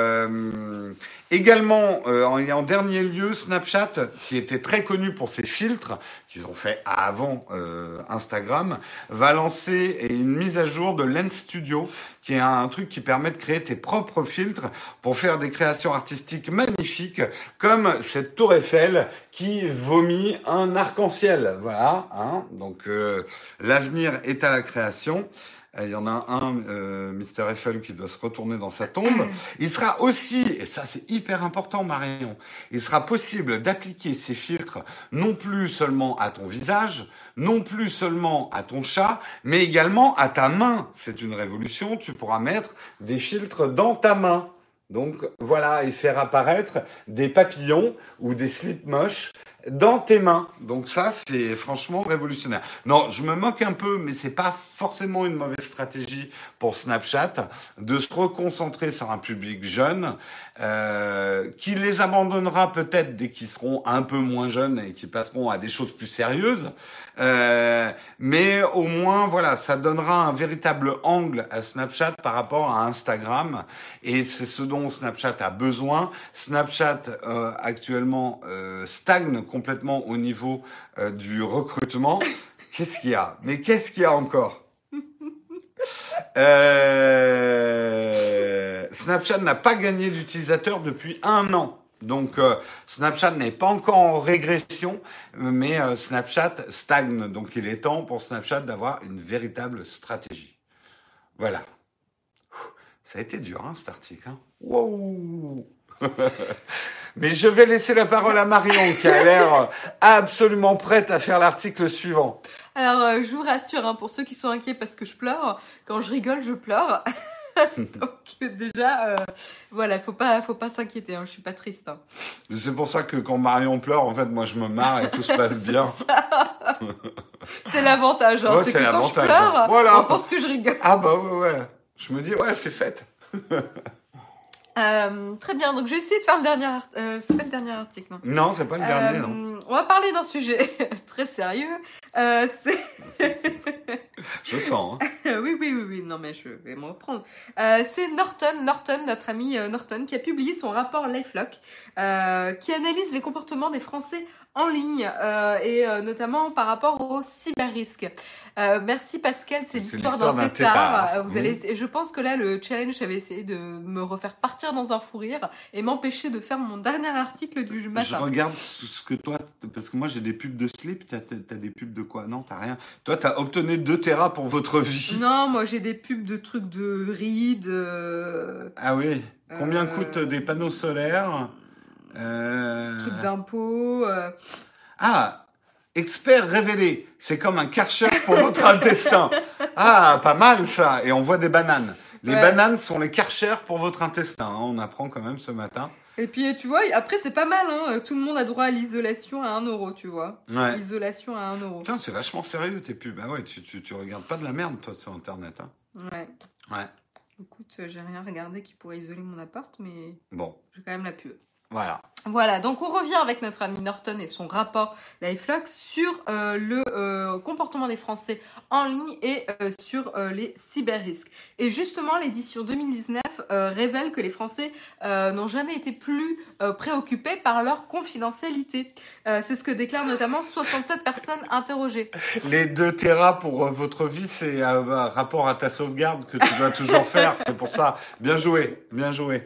également, en dernier lieu, Snapchat, qui était très connu pour ses filtres, qu'ils ont fait avant Instagram, va lancer une mise à jour de Lens Studio, qui est un truc qui permet de créer tes propres filtres pour faire des créations artistiques magnifiques, comme cette tour Eiffel qui vomit un arc-en-ciel. Voilà, hein. Donc l'avenir est à la création. Il y en a un, Mr. Eiffel, qui doit se retourner dans sa tombe. Il sera aussi, et ça c'est hyper important Marion, il sera possible d'appliquer ces filtres non plus seulement à ton visage, non plus seulement à ton chat, mais également à ta main. C'est une révolution, tu pourras mettre des filtres dans ta main. Donc voilà, et faire apparaître des papillons ou des slips moches dans tes mains. Donc ça, c'est franchement révolutionnaire. Non, je me moque un peu, mais c'est pas forcément une mauvaise stratégie pour Snapchat de se reconcentrer sur un public jeune qui les abandonnera peut-être dès qu'ils seront un peu moins jeunes et qui passeront à des choses plus sérieuses. Mais au moins, voilà, ça donnera un véritable angle à Snapchat par rapport à Instagram, et c'est ce dont Snapchat a besoin. Snapchat actuellement stagne complètement au niveau du recrutement. Qu'est-ce qu'il y a? Mais qu'est-ce qu'il y a encore? Snapchat n'a pas gagné d'utilisateurs depuis 1 an. Donc, Snapchat n'est pas encore en régression, mais Snapchat stagne. Donc, il est temps pour Snapchat d'avoir une véritable stratégie. Voilà. Ça a été dur, cet article. Wow. Mais je vais laisser la parole à Marion, qui a l'air absolument prête à faire l'article suivant. Alors, je vous rassure, pour ceux qui sont inquiets parce que je pleure, quand je rigole, je pleure. Donc déjà, voilà, faut pas s'inquiéter, je suis pas triste. C'est pour ça que quand Marion pleure, en fait, moi je me marre et tout se passe bien. C'est l'avantage, c'est que quand je pleure, voilà. On pense que je rigole. Ah bah ouais. Je me dis, ouais, c'est fait. Très bien, donc je vais essayer de faire le dernier c'est pas le dernier article, non? Non, c'est pas le dernier, non. On va parler d'un sujet très sérieux. Je sens. Oui, non mais je vais me reprendre. C'est Norton, notre ami Norton, qui a publié son rapport LifeLock, qui analyse les comportements des Français en ligne et notamment par rapport aux cyberrisques. Merci Pascal, c'est l'histoire d'un tétard. Vous allez, je pense que là le challenge, j'avais essayé de me refaire partir dans un fou rire et m'empêcher de faire mon dernier article du matin. Je regarde ce que toi, parce que moi j'ai des pubs de slip, t'as des pubs de quoi? Non, t'as rien. Toi, t'as obtenu 2 Tera pour votre vie. Non, moi j'ai des pubs de trucs de rides. Ah oui. Combien coûtent des panneaux solaires? Trucs d'impôts. Ah, expert révélé. C'est comme un Karcher pour votre intestin. Ah, pas mal ça. Et on voit des bananes. Les bananes sont les Karcher pour votre intestin. On apprend quand même ce matin. Et puis, tu vois, après, c'est pas mal, tout le monde a droit à l'isolation à 1 euro, tu vois. Ouais. Isolation à 1 euro. Putain, c'est vachement sérieux tes pubs. Ah ouais, tu regardes pas de la merde, toi, sur Internet. Ouais. Ouais. Écoute, j'ai rien regardé qui pourrait isoler mon appart, mais bon, j'ai quand même la pub. Voilà, donc on revient avec notre ami Norton et son rapport LifeLock sur le comportement des Français en ligne et sur les cyberrisques. Et justement, l'édition 2019 révèle que les Français n'ont jamais été plus préoccupés par leur confidentialité. C'est ce que déclarent notamment 67 personnes interrogées. Les 2 Tera pour votre vie, c'est un rapport à ta sauvegarde que tu dois toujours faire. C'est pour ça. Bien joué, bien joué.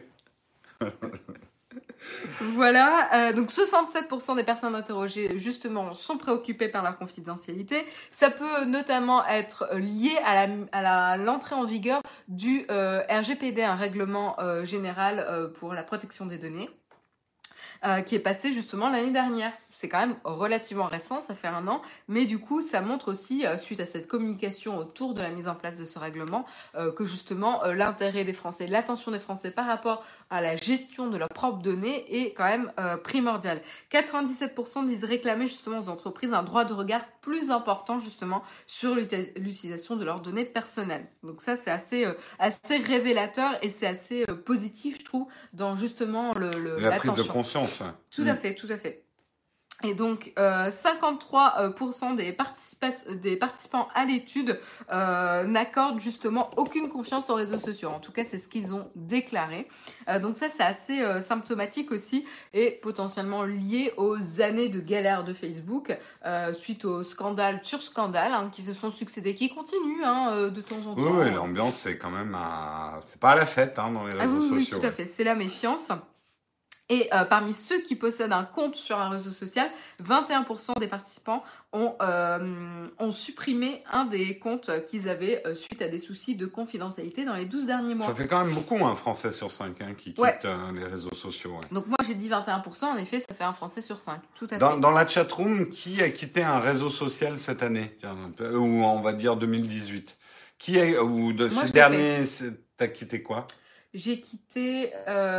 Voilà, donc 67% des personnes interrogées justement sont préoccupées par leur confidentialité. Ça peut notamment être lié à l'entrée en vigueur du RGPD, un règlement général pour la protection des données. Qui est passé justement l'année dernière. C'est quand même relativement récent, ça fait 1 an, mais du coup ça montre aussi, suite à cette communication autour de la mise en place de ce règlement, que justement l'intérêt des Français, l'attention des Français par rapport à la gestion de leurs propres données est quand même primordial. 97% disent réclamer justement aux entreprises un droit de regard plus important justement sur l'utilisation de leurs données personnelles. Donc ça c'est assez révélateur et c'est assez positif je trouve dans justement la prise de conscience. Tout à fait. Et donc, 53% des participants à l'étude n'accordent justement aucune confiance aux réseaux sociaux. En tout cas, c'est ce qu'ils ont déclaré. Donc ça, c'est assez symptomatique aussi et potentiellement lié aux années de galère de Facebook suite aux scandales sur scandales qui se sont succédés, qui continuent de temps en temps. Oui, l'ambiance, c'est quand même c'est pas à la fête dans les réseaux sociaux. Oui, tout à fait. C'est la méfiance. Et parmi ceux qui possèdent un compte sur un réseau social, 21% des participants ont supprimé un des comptes qu'ils avaient suite à des soucis de confidentialité dans les 12 derniers mois. Ça fait quand même beaucoup, un Français sur 5 qui quitte les réseaux sociaux. Ouais. Donc moi j'ai dit 21%, en effet ça fait un Français sur 5. Tout à fait. Dans la chatroom, qui a quitté un réseau social cette année? Ou on va dire 2018. Ou de ces derniers, t'as quitté quoi? J'ai quitté,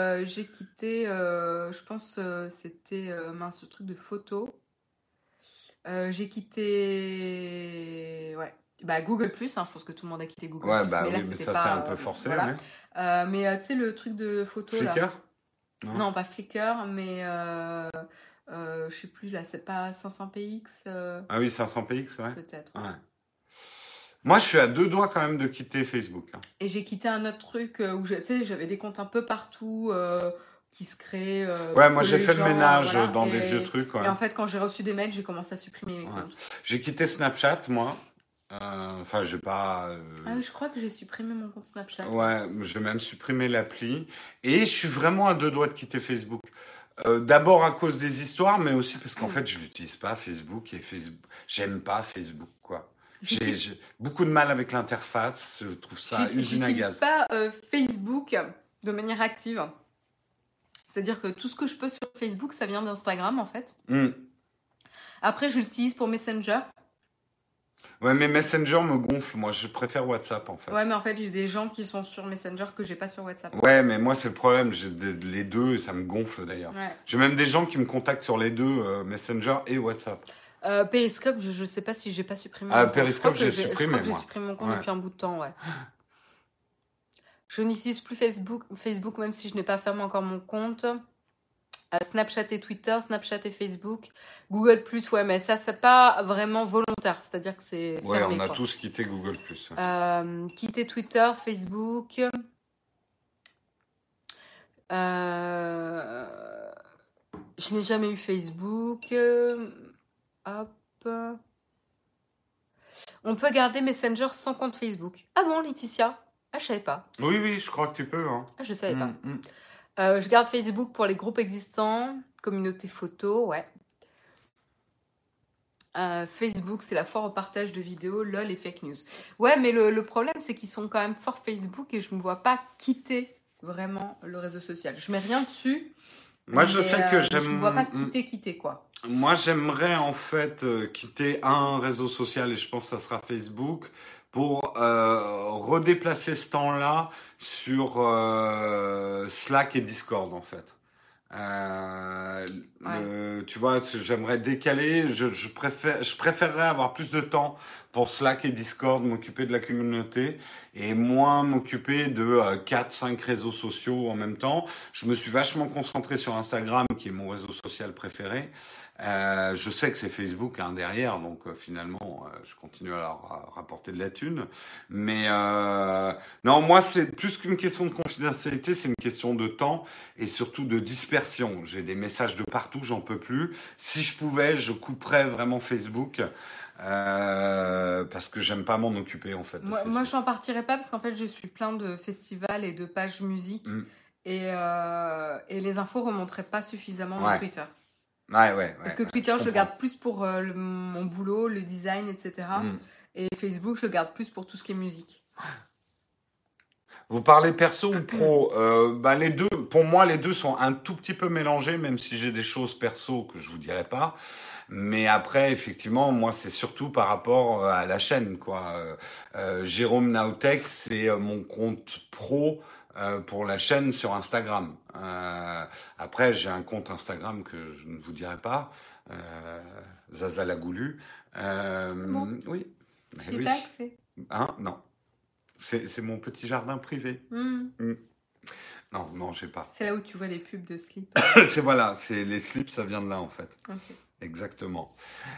je pense c'était ce truc de photo. J'ai quitté, Google+, je pense que tout le monde a quitté Google+. Ouais, mais là, mais ça c'est un peu forcé. Voilà. Ouais. Mais tu sais le truc de photo Flickr là. Non, pas Flickr, mais je sais plus là, c'est pas 500px. Ah oui, 500px, ouais. Peut-être. Ouais. Moi, je suis à 2 doigts quand même de quitter Facebook. Et j'ai quitté un autre truc où j'avais des comptes un peu partout, qui se créent. Ouais, Parce moi que j'ai les fait le gens, ménage voilà. dans des vieux trucs. Ouais. Et en fait, quand j'ai reçu des mails, j'ai commencé à supprimer mes Ouais. comptes. J'ai quitté Snapchat, moi. Enfin, j'ai pas. Ah oui, je crois que j'ai supprimé mon compte Snapchat. Ouais, j'ai même supprimé l'appli. Et je suis vraiment à deux doigts de quitter Facebook. D'abord à cause des histoires, mais aussi parce qu'en fait, je l'utilise pas, Facebook. Et Facebook, j'aime pas Facebook, quoi. J'ai beaucoup de mal avec l'interface. Je trouve ça usine à J'utilise gaz. pas Facebook de manière active. C'est-à-dire que tout ce que je peux sur Facebook, ça vient d'Instagram, en fait. Hmm. Après, je l'utilise pour Messenger. Ouais, mais Messenger me gonfle. Moi, je préfère WhatsApp, en fait. Ouais, mais en fait, j'ai des gens qui sont sur Messenger que j'ai pas sur WhatsApp. Ouais, mais moi, c'est le problème. J'ai les deux et ça me gonfle, d'ailleurs. Ouais. J'ai même des gens qui me contactent sur les deux, Messenger et WhatsApp. Periscope, je sais pas si j'ai pas supprimé Ah, mon compte. Periscope, j'ai Je supprimé, crois que j'ai moi. supprimé mon compte Ouais. depuis un bout de temps, ouais. Je n'utilise plus Facebook, même si je n'ai pas fermé encore mon compte. Snapchat et Twitter, Snapchat et Facebook. Google+, ouais, mais ça, c'est pas vraiment volontaire. C'est-à-dire que c'est Ouais, fermé, on a quoi. tous quitté Google+. Ouais. Quitter Twitter, Facebook. Je n'ai jamais eu Facebook. Hop. On peut garder Messenger sans compte Facebook. Ah bon, Laetitia? Ah, je savais pas. Oui, oui, je crois que tu peux. Hein. Ah, je savais pas. Mm. Je garde Facebook pour les groupes existants, communauté photo, ouais. Facebook, c'est la foire au partage de vidéos, lol et fake news. Ouais, mais le problème, c'est qu'ils sont quand même fort Facebook et je me vois pas quitter vraiment le réseau social. Je mets rien dessus. Moi, je sais que Je j'aime. me vois pas quitter, quoi. Moi, j'aimerais en fait quitter un réseau social et je pense que ça sera Facebook pour redéplacer ce temps-là sur Slack et Discord en fait. Tu vois, j'aimerais décaler. Je préférerais avoir plus de temps pour Slack et Discord, m'occuper de la communauté et moins m'occuper de 4-5 réseaux sociaux en même temps. Je me suis vachement concentré sur Instagram, qui est mon réseau social préféré. Je sais que c'est Facebook derrière, donc finalement, je continue à leur rapporter de la thune. Mais non, moi, c'est plus qu'une question de confidentialité, c'est une question de temps et surtout de dispersion. J'ai des messages de partout, j'en peux plus. Si je pouvais, je couperais vraiment Facebook parce que j'aime pas m'en occuper en fait. Moi, j'en partirais pas parce qu'en fait, je suis plein de festivals et de pages musique et les infos remonteraient pas suffisamment dans Twitter. Ouais. Parce que Twitter, je le garde plus pour mon boulot, le design, etc. Et Facebook, je le garde plus pour tout ce qui est musique. Vous parlez perso ou pro? Les deux, pour moi, les deux sont un tout petit peu mélangés, même si j'ai des choses perso que je vous dirai pas. Mais après, effectivement, moi, c'est surtout par rapport à la chaîne, quoi. Jérôme Naotech, c'est mon compte pro pour la chaîne sur Instagram. Après, j'ai un compte Instagram que je ne vous dirai pas. Zaza Lagoulu. Bon. Oui. J'ai pas accès. Hein? Non. C'est mon petit jardin privé. Non, j'ai pas. C'est là où tu vois les pubs de slip. C'est les slips, ça vient de là en fait. Okay. Exactement.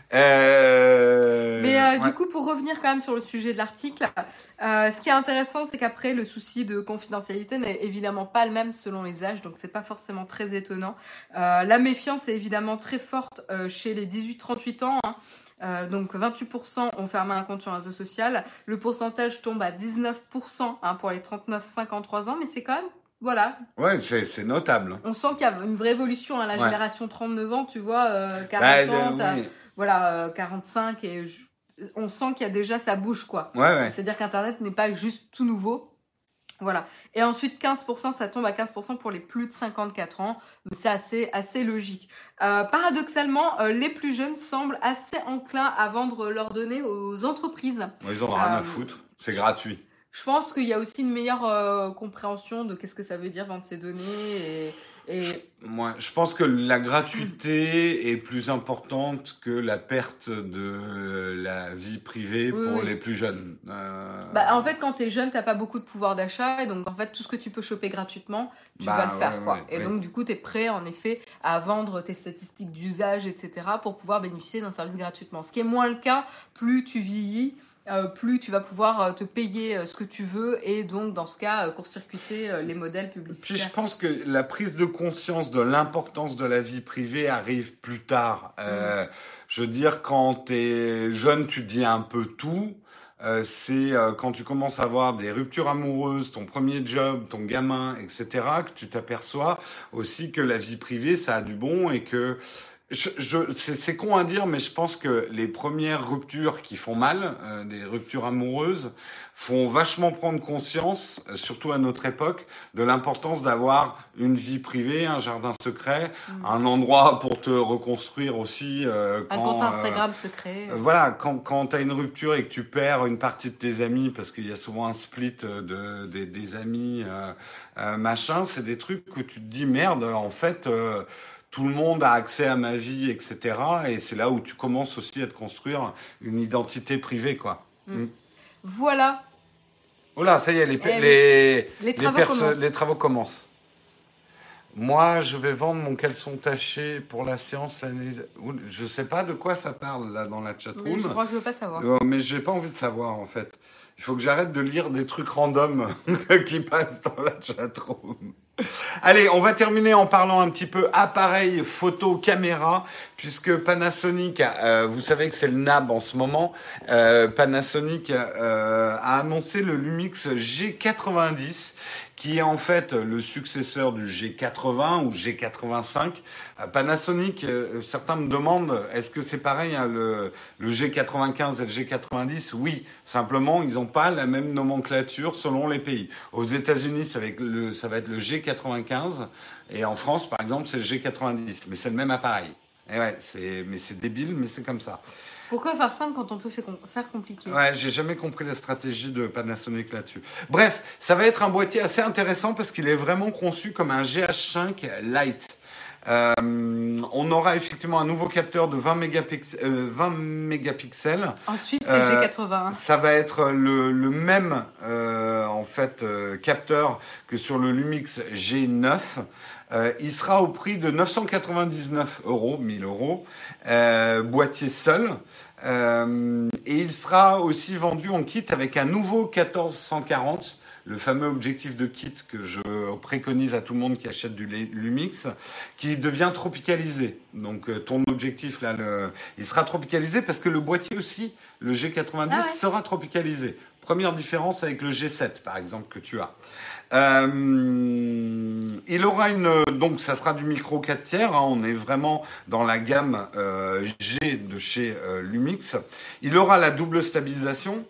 Du coup, pour revenir quand même sur le sujet de l'article, ce qui est intéressant, c'est qu'après, le souci de confidentialité n'est évidemment pas le même selon les âges, donc c'est pas forcément très étonnant. La méfiance est évidemment très forte chez les 18-38 ans. Donc 28% ont fermé un compte sur un réseau social. Le pourcentage tombe à 19% pour les 39-53 ans, mais c'est quand même, voilà. Ouais, c'est notable. On sent qu'il y a une vraie évolution. La génération 39 ans, tu vois, 40 ans, oui. 45, et on sent qu'il y a déjà, ça bouge, quoi. Ouais. C'est-à-dire qu'Internet n'est pas juste tout nouveau. Voilà. Et ensuite, 15%, ça tombe à 15% pour les plus de 54 ans. C'est assez logique. Paradoxalement, les plus jeunes semblent assez enclins à vendre leurs données aux entreprises. Ils en ont rien à foutre. C'est gratuit. Je pense qu'il y a aussi une meilleure compréhension de qu'est-ce que ça veut dire vendre ces données Moi, je pense que la gratuité est plus importante que la perte de la vie privée pour les plus jeunes. En fait, quand t'es jeune, t'as pas beaucoup de pouvoir d'achat, et donc en fait, tout ce que tu peux choper gratuitement, tu vas le faire, quoi. Donc du coup, t'es prêt, en effet, à vendre tes statistiques d'usage, etc., pour pouvoir bénéficier d'un service gratuitement. Ce qui est moins le cas, plus tu vieillis. plus tu vas pouvoir te payer ce que tu veux et donc dans ce cas court-circuiter les modèles publicitaires. Puis je pense que la prise de conscience de l'importance de la vie privée arrive plus tard. Je veux dire, quand t'es jeune, tu te dis un peu tout. C'est quand tu commences à avoir des ruptures amoureuses, ton premier job, ton gamin, etc., que tu t'aperçois aussi que la vie privée, ça a du bon et que c'est con à dire, mais je pense que les premières ruptures qui font mal, des ruptures amoureuses, font vachement prendre conscience, surtout à notre époque, de l'importance d'avoir une vie privée, un jardin secret, un endroit pour te reconstruire aussi. Un compte Instagram secret. Voilà, quand tu as une rupture et que tu perds une partie de tes amis, parce qu'il y a souvent un split des amis, machin, c'est des trucs que tu te dis, merde, en fait... tout le monde a accès à ma vie, etc. Et c'est là où tu commences aussi à te construire une identité privée, quoi. Voilà. Oh là, ça y est, les travaux commencent. Moi, je vais vendre mon caleçon taché pour la séance l'année... Je sais pas de quoi ça parle, là, dans la chatroom. Oui, je crois que je veux pas savoir. Mais j'ai pas envie de savoir, en fait. Il faut que j'arrête de lire des trucs random qui passent dans la chatroom. Allez, on va terminer en parlant un petit peu appareil, photo, caméra, puisque Panasonic, vous savez que c'est le NAB en ce moment, Panasonic a annoncé le Lumix G90, qui est en fait le successeur du G80 ou G85. Panasonic, certains me demandent, est-ce que c'est pareil, hein, le G95 et le G90? Oui, simplement, ils n'ont pas la même nomenclature selon les pays. Aux États-Unis, ça va être le G95, et en France, par exemple, c'est le G90, mais c'est le même appareil. Et ouais, c'est débile, mais c'est comme ça. Pourquoi faire simple quand on peut faire compliqué? Ouais, j'ai jamais compris la stratégie de Panasonic là-dessus. Bref, ça va être un boîtier assez intéressant parce qu'il est vraiment conçu comme un GH5 Lite. On aura effectivement un nouveau capteur de 20 mégapixels. En Suisse, c'est le G80. Ça va être le même capteur que sur le Lumix G9. Il sera au prix de 999 €, 1000 €, boîtier seul. Et il sera aussi vendu en kit avec un nouveau 1440, le fameux objectif de kit que je préconise à tout le monde qui achète du Lumix, qui devient tropicalisé. Donc ton objectif là, il sera tropicalisé parce que le boîtier aussi, le G90, sera tropicalisé. Première différence avec le G7 par exemple que tu as. Il aura donc ça sera du micro 4 tiers, hein, on est vraiment dans la gamme G de chez Lumix. Il aura la double stabilisation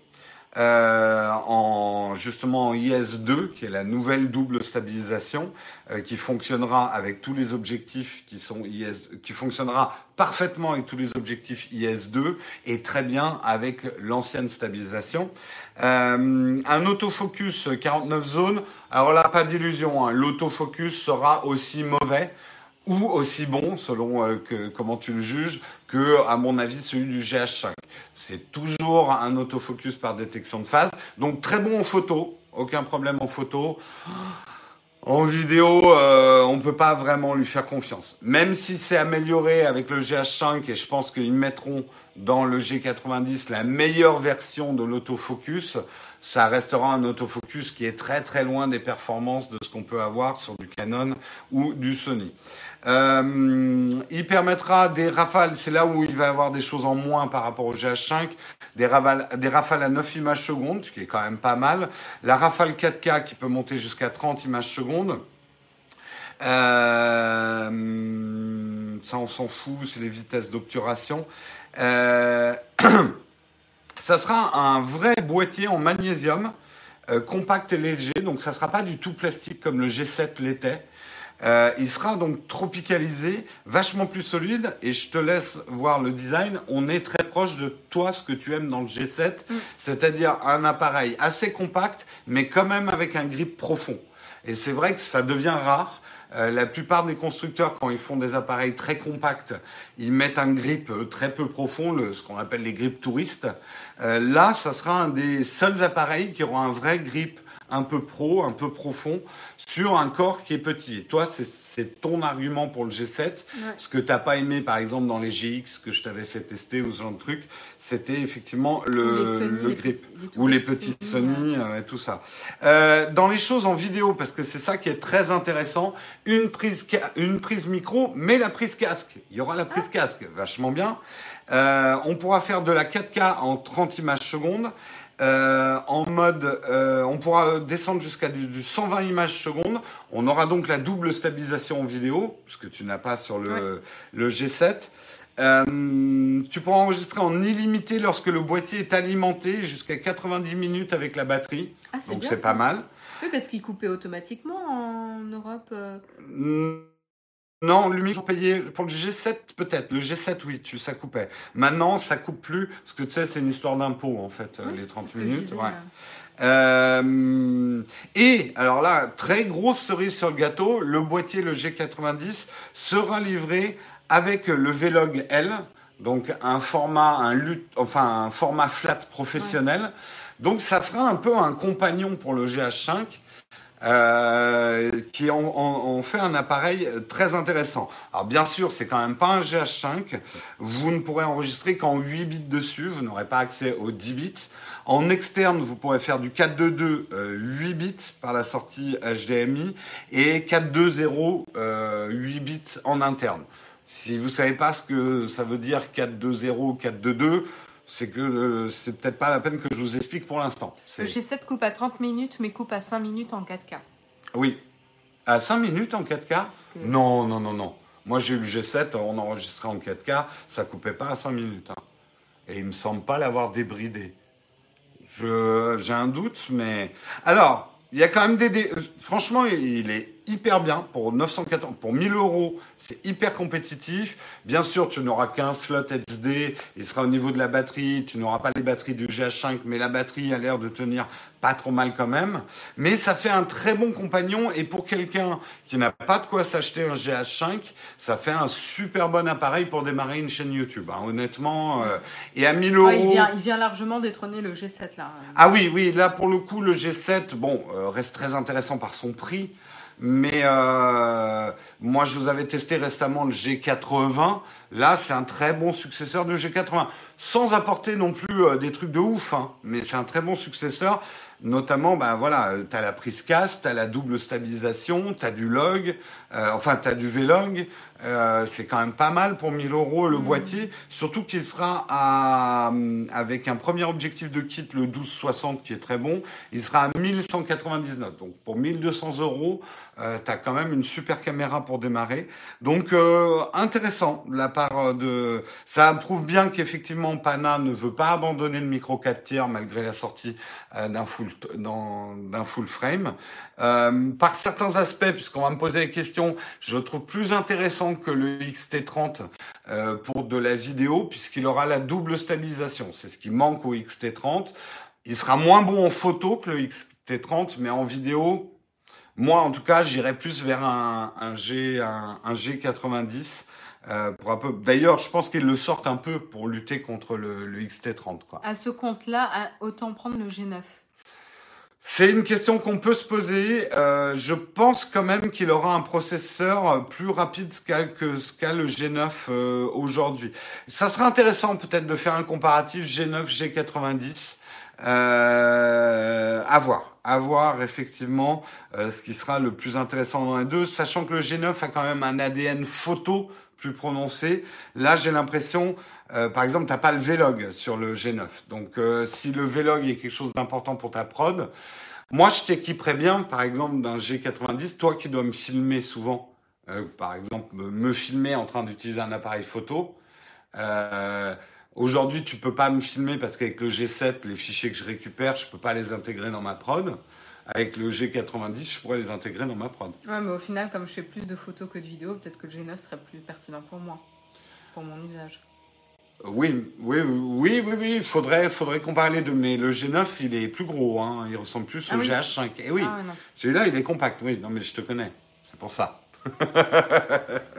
en IS2, qui est la nouvelle double stabilisation qui fonctionnera avec tous les objectifs qui fonctionnera parfaitement avec tous les objectifs IS2 et très bien avec l'ancienne stabilisation. Un autofocus 49 zones. Alors là, pas d'illusion, hein, l'autofocus sera aussi mauvais ou aussi bon, selon comment tu le juges, que, à mon avis, celui du GH5. C'est toujours un autofocus par détection de phase. Donc, très bon en photo, aucun problème en photo. En vidéo, on peut pas vraiment lui faire confiance. Même si c'est amélioré avec le GH5, et je pense qu'ils mettront dans le G90 la meilleure version de l'autofocus, ça restera un autofocus qui est très très loin des performances de ce qu'on peut avoir sur du Canon ou du Sony. Il permettra des rafales, c'est là où il va y avoir des choses en moins par rapport au GH5, des rafales à 9 images secondes, ce qui est quand même pas mal. La rafale 4K qui peut monter jusqu'à 30 images secondes. Ça on s'en fout, c'est les vitesses d'obturation. Ça sera un vrai boîtier en magnésium, compact et léger, donc ça sera pas du tout plastique comme le G7 l'était. Il sera donc tropicalisé, vachement plus solide, et je te laisse voir le design. On est très proche de toi, ce que tu aimes dans le G7, c'est-à-dire un appareil assez compact, mais quand même avec un grip profond. Et c'est vrai que ça devient rare. La plupart des constructeurs, quand ils font des appareils très compacts, ils mettent un grip très peu profond, ce qu'on appelle les grips touristes. Là, ça sera un des seuls appareils qui aura un vrai grip un peu pro, un peu profond, sur un corps qui est petit. Et toi, c'est ton argument pour le G7. Ouais. Ce que tu n'as pas aimé, par exemple, dans les GX que je t'avais fait tester ou ce genre de truc, c'était effectivement le grip. Ou les petits Sony et tout ça. Dans les choses en vidéo, parce que c'est ça qui est très intéressant, une prise micro, mais la prise casque. Il y aura la prise casque, vachement bien. On pourra faire de la 4K en 30 images secondes. En mode, on pourra descendre jusqu'à du 120 images secondes. On aura donc la double stabilisation en vidéo, ce que tu n'as pas sur le G7. Tu pourras enregistrer en illimité lorsque le boîtier est alimenté jusqu'à 90 minutes avec la batterie. Ah, c'est donc bien, c'est ça. pas mal. Oui, parce qu'il coupait automatiquement en Europe. Non, Lumix, j'en payais pour le G7 peut-être. Le G7, oui, ça coupait. Maintenant, ça coupe plus, parce que tu sais, c'est une histoire d'impôt en fait, Oui, les 30 c'est ce que minutes. je disais, Ouais. Et alors là, très grosse cerise sur le gâteau, le boîtier, le G90, sera livré avec le V-Log L, donc un format flat professionnel. Ouais. Donc ça fera un peu un compagnon pour le GH5. Qui en fait un appareil très intéressant. Alors bien sûr, c'est quand même pas un GH5. Vous ne pourrez enregistrer qu'en 8 bits dessus. Vous n'aurez pas accès aux 10 bits. En externe, vous pourrez faire du 4.2.2 8 bits par la sortie HDMI et 4.2.0 8 bits en interne. Si vous savez pas ce que ça veut dire 4.2.0, 4.2.2, c'est que c'est peut-être pas la peine que je vous explique pour l'instant. Le G7 coupe à 30 minutes, mais coupe à 5 minutes en 4K. Oui. À 5 minutes en 4K ? Non. Moi, j'ai eu le G7, on enregistrait en 4K, ça coupait pas à 5 minutes. Hein. Et il me semble pas l'avoir débridé. J'ai un doute, mais... Alors, il y a quand même franchement, il est hyper bien pour 914, pour 1000 €. C'est hyper compétitif. Bien sûr, tu n'auras qu'un slot SD. Il sera au niveau de la batterie. Tu n'auras pas les batteries du GH5, mais la batterie a l'air de tenir pas trop mal quand même. Mais ça fait un très bon compagnon. Et pour quelqu'un qui n'a pas de quoi s'acheter un GH5, ça fait un super bon appareil pour démarrer une chaîne YouTube. Hein, honnêtement. Et à 1000 €. Ouais, il vient largement détrôner le G7 là. Ah oui, là pour le coup, le G7, reste très intéressant par son prix. Mais moi, je vous avais testé récemment le G80. Là, c'est un très bon successeur du G80. Sans apporter non plus des trucs de ouf, hein, mais c'est un très bon successeur. Notamment, tu as la prise casque, tu as la double stabilisation, tu as du log, tu as du V-Log. C'est quand même pas mal pour 1000 € le boîtier. Surtout qu'il sera avec un premier objectif de kit, le 12-60, qui est très bon. Il sera à 1199. Donc pour 1200 €, tu as quand même une super caméra pour démarrer. Donc intéressant de la part de... Ça prouve bien qu'effectivement Pana ne veut pas abandonner le micro 4 tiers malgré la sortie d'un full frame. Par certains aspects, puisqu'on va me poser la question, je le trouve plus intéressant que le XT30 pour de la vidéo, puisqu'il aura la double stabilisation. C'est ce qui manque au XT30. Il sera moins bon en photo que le XT30, mais en vidéo, moi en tout cas, j'irais plus vers un G90. Pour un peu... D'ailleurs, je pense qu'ils le sortent un peu pour lutter contre le XT30. Quoi. À ce compte-là, autant prendre le G9. C'est une question qu'on peut se poser. Je pense quand même qu'il aura un processeur plus rapide que ce qu'a le G9 aujourd'hui. Ça serait intéressant peut-être de faire un comparatif G9, G90. À voir effectivement ce qui sera le plus intéressant dans les deux, sachant que le G9 a quand même un ADN photo plus prononcé. Là, j'ai l'impression... par exemple, tu n'as pas le V-Log sur le G9. Donc, si le V-Log est quelque chose d'important pour ta prod, moi, je t'équiperais bien, par exemple, d'un G90. Toi qui dois me filmer souvent, par exemple, me filmer en train d'utiliser un appareil photo. Aujourd'hui, tu peux pas me filmer parce qu'avec le G7, les fichiers que je récupère, je peux pas les intégrer dans ma prod. Avec le G90, je pourrais les intégrer dans ma prod. Ouais, mais au final, comme je fais plus de photos que de vidéos, peut-être que le G9 serait plus pertinent pour moi, pour mon usage. Oui. Il faudrait comparer les deux. Mais le G9, il est plus gros. Hein. Il ressemble plus au GH5. Et oui, celui-là, il est compact. Oui, non, mais je te connais. C'est pour ça.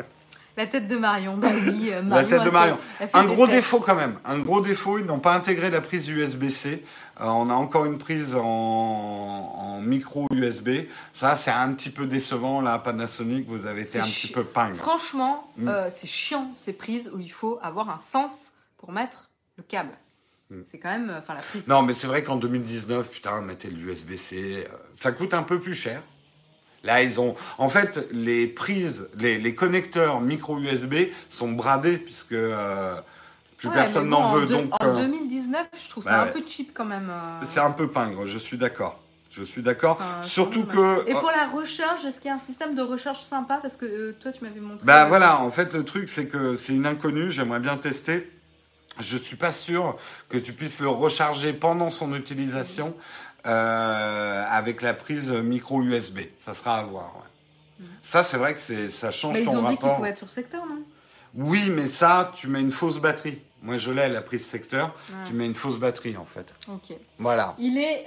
La tête de Marion, bah oui, La Marion tête de Marion. elle fait Un des gros têtes. défaut quand même. Un gros défaut, ils n'ont pas intégré la prise USB-C. On a encore une prise en micro USB. Ça, c'est un petit peu décevant. Là, Panasonic, vous avez été C'est un petit peu pingre. Franchement, c'est chiant ces prises où il faut avoir un sens pour mettre le câble. C'est quand même, enfin la prise. Non, mais c'est vrai qu'en 2019, putain, mettez de l'USB-C. Ça coûte un peu plus cher. Là, ils ont... En fait, les prises, les connecteurs micro USB sont bradés puisque plus Ouais, personne mais bon, n'en veut. Donc, en 2019, je trouve ça bah un ouais. peu cheap quand même. C'est un peu pingre, je suis d'accord. Je suis d'accord. C'est Surtout un peu dommage. que... Et pour la recharge, est-ce qu'il y a un système de recharge sympa? Parce que toi, tu m'avais montré. Bah voilà, en fait, le truc, c'est que c'est une inconnue. J'aimerais bien tester. Je suis pas sûr que tu puisses le recharger pendant son utilisation avec la prise micro USB. Ça sera à voir. Ouais. Ça, c'est vrai que ça change Mais ils ton ont dit qu'il rapport. pouvait être sur secteur, non? Oui, mais ça, tu mets une fausse batterie. Moi, je l'ai, la prise secteur. Ouais. Tu mets une fausse batterie, en fait. Ok. Voilà. Il est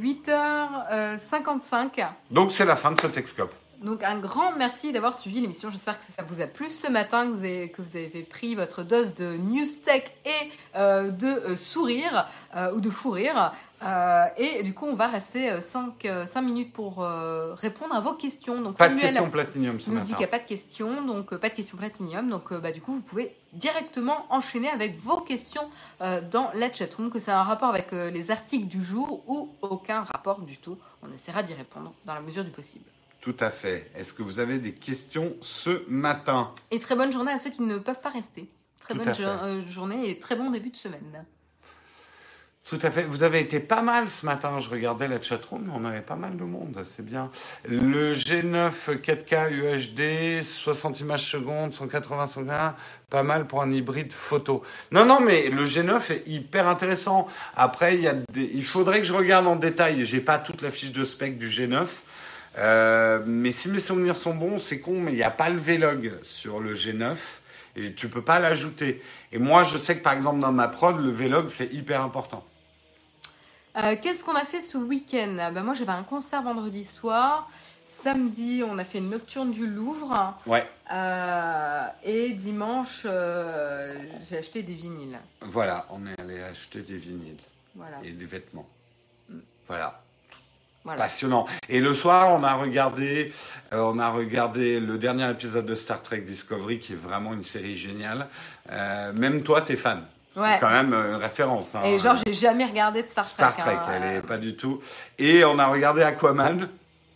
8h55. Donc, c'est la fin de ce Texcope. Donc un grand merci d'avoir suivi l'émission. J'espère que ça vous a plu ce matin, que vous avez pris votre dose de news tech et de sourire ou de fou rire. Et du coup, on va rester 5 minutes pour répondre à vos questions. Donc, Pas de Samuel question platinium ce nous matin. dit qu'il n'y a pas de questions, donc pas de questions platinium. Donc du coup, vous pouvez directement enchaîner avec vos questions dans la chatroom, que c'est un rapport avec les articles du jour ou aucun rapport du tout. On essaiera d'y répondre dans la mesure du possible. Tout à fait. Est-ce que vous avez des questions ce matin? Et très bonne journée à ceux qui ne peuvent pas rester. Très Tout bonne à fait. journée et très bon début de semaine. Tout à fait. Vous avez été pas mal ce matin. Je regardais la chatroom, on avait pas mal de monde. C'est bien. Le G9 4K UHD, 60 images secondes, 180 120, pas mal pour un hybride photo. Non, mais le G9 est hyper intéressant. Après, il faudrait que je regarde en détail. J'ai pas toute la fiche de spec du G9. Mais si mes souvenirs sont bons, c'est con, mais il n'y a pas le Vlog sur le G9 et tu peux pas l'ajouter. Et moi, je sais que par exemple dans ma prod, le Vlog c'est hyper important. Qu'est-ce qu'on a fait ce week-end? Moi, j'avais un concert vendredi soir. Samedi, on a fait une nocturne du Louvre. Ouais. Et dimanche, j'ai acheté des vinyles. Voilà, on est allé acheter des vinyles Voilà. et des vêtements. Voilà. Voilà. Passionnant. Et le soir, on a regardé le dernier épisode de Star Trek Discovery, qui est vraiment une série géniale. Même toi, t'es fan. Ouais. C'est quand même une référence. Hein. Et genre, j'ai jamais regardé de Star Trek. Star Trek, elle est pas du tout. Et on a regardé Aquaman.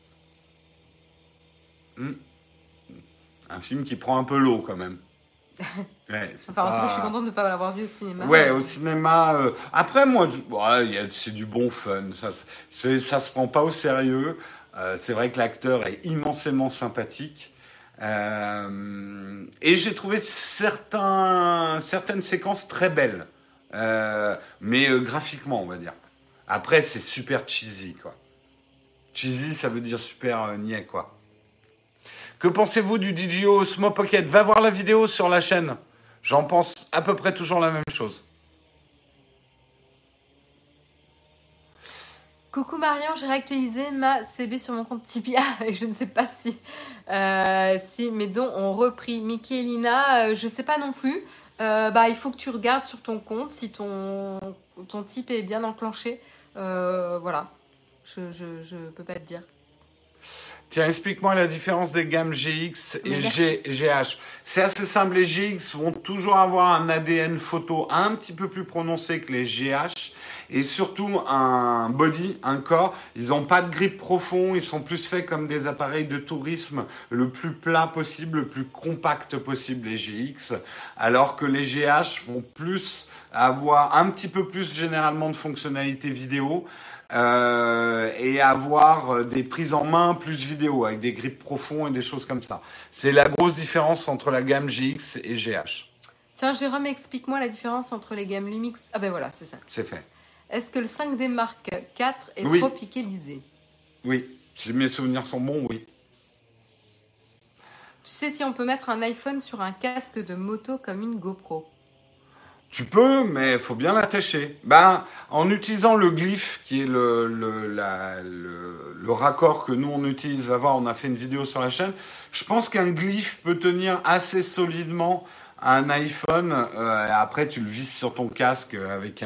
Un film qui prend un peu l'eau quand même. Ouais, Enfin, en tout cas, je suis contente de ne pas l'avoir vu au cinéma. Ouais, au cinéma. Après, moi, c'est du bon fun. Ça se prend pas au sérieux. C'est vrai que l'acteur est immensément sympathique. Et j'ai trouvé certaines séquences très belles. Mais graphiquement, on va dire. Après, c'est super cheesy, quoi. Cheesy, ça veut dire super niais, quoi. Que pensez-vous du DJI Osmo Pocket? Va voir la vidéo sur la chaîne. J'en pense à peu près toujours la même chose. Coucou Marion, j'ai réactualisé ma CB sur mon compte Tipeee et je ne sais pas si mes dons ont repris. Mickey et Lina, je ne sais pas non plus. Il faut que tu regardes sur ton compte si ton Tipeee est bien enclenché. Voilà, je peux pas te dire. Tiens, explique-moi la différence des gammes GX et GH. C'est assez simple, les GX vont toujours avoir un ADN photo un petit peu plus prononcé que les GH et surtout un body, un corps. Ils n'ont pas de grip profond, ils sont plus faits comme des appareils de tourisme le plus plat possible, le plus compact possible, les GX, alors que les GH vont plus avoir un petit peu plus généralement de fonctionnalités vidéo. Et avoir des prises en main plus vidéo avec des grips profonds et des choses comme ça. C'est la grosse différence entre la gamme GX et GH. Tiens, Jérôme, explique-moi la différence entre les gammes Lumix. Ah ben voilà, c'est ça. C'est fait. Est-ce que le 5D Mark IV est trop piquélisé? Oui, si mes souvenirs sont bons, oui. Tu sais si on peut mettre un iPhone sur un casque de moto comme une GoPro? Tu peux, mais il faut bien l'attacher. Ben, en utilisant le glyphe, qui est le raccord que nous on utilise, va voir, on a fait une vidéo sur la chaîne. Je pense qu'un glyphe peut tenir assez solidement un iPhone. Après, tu le visses sur ton casque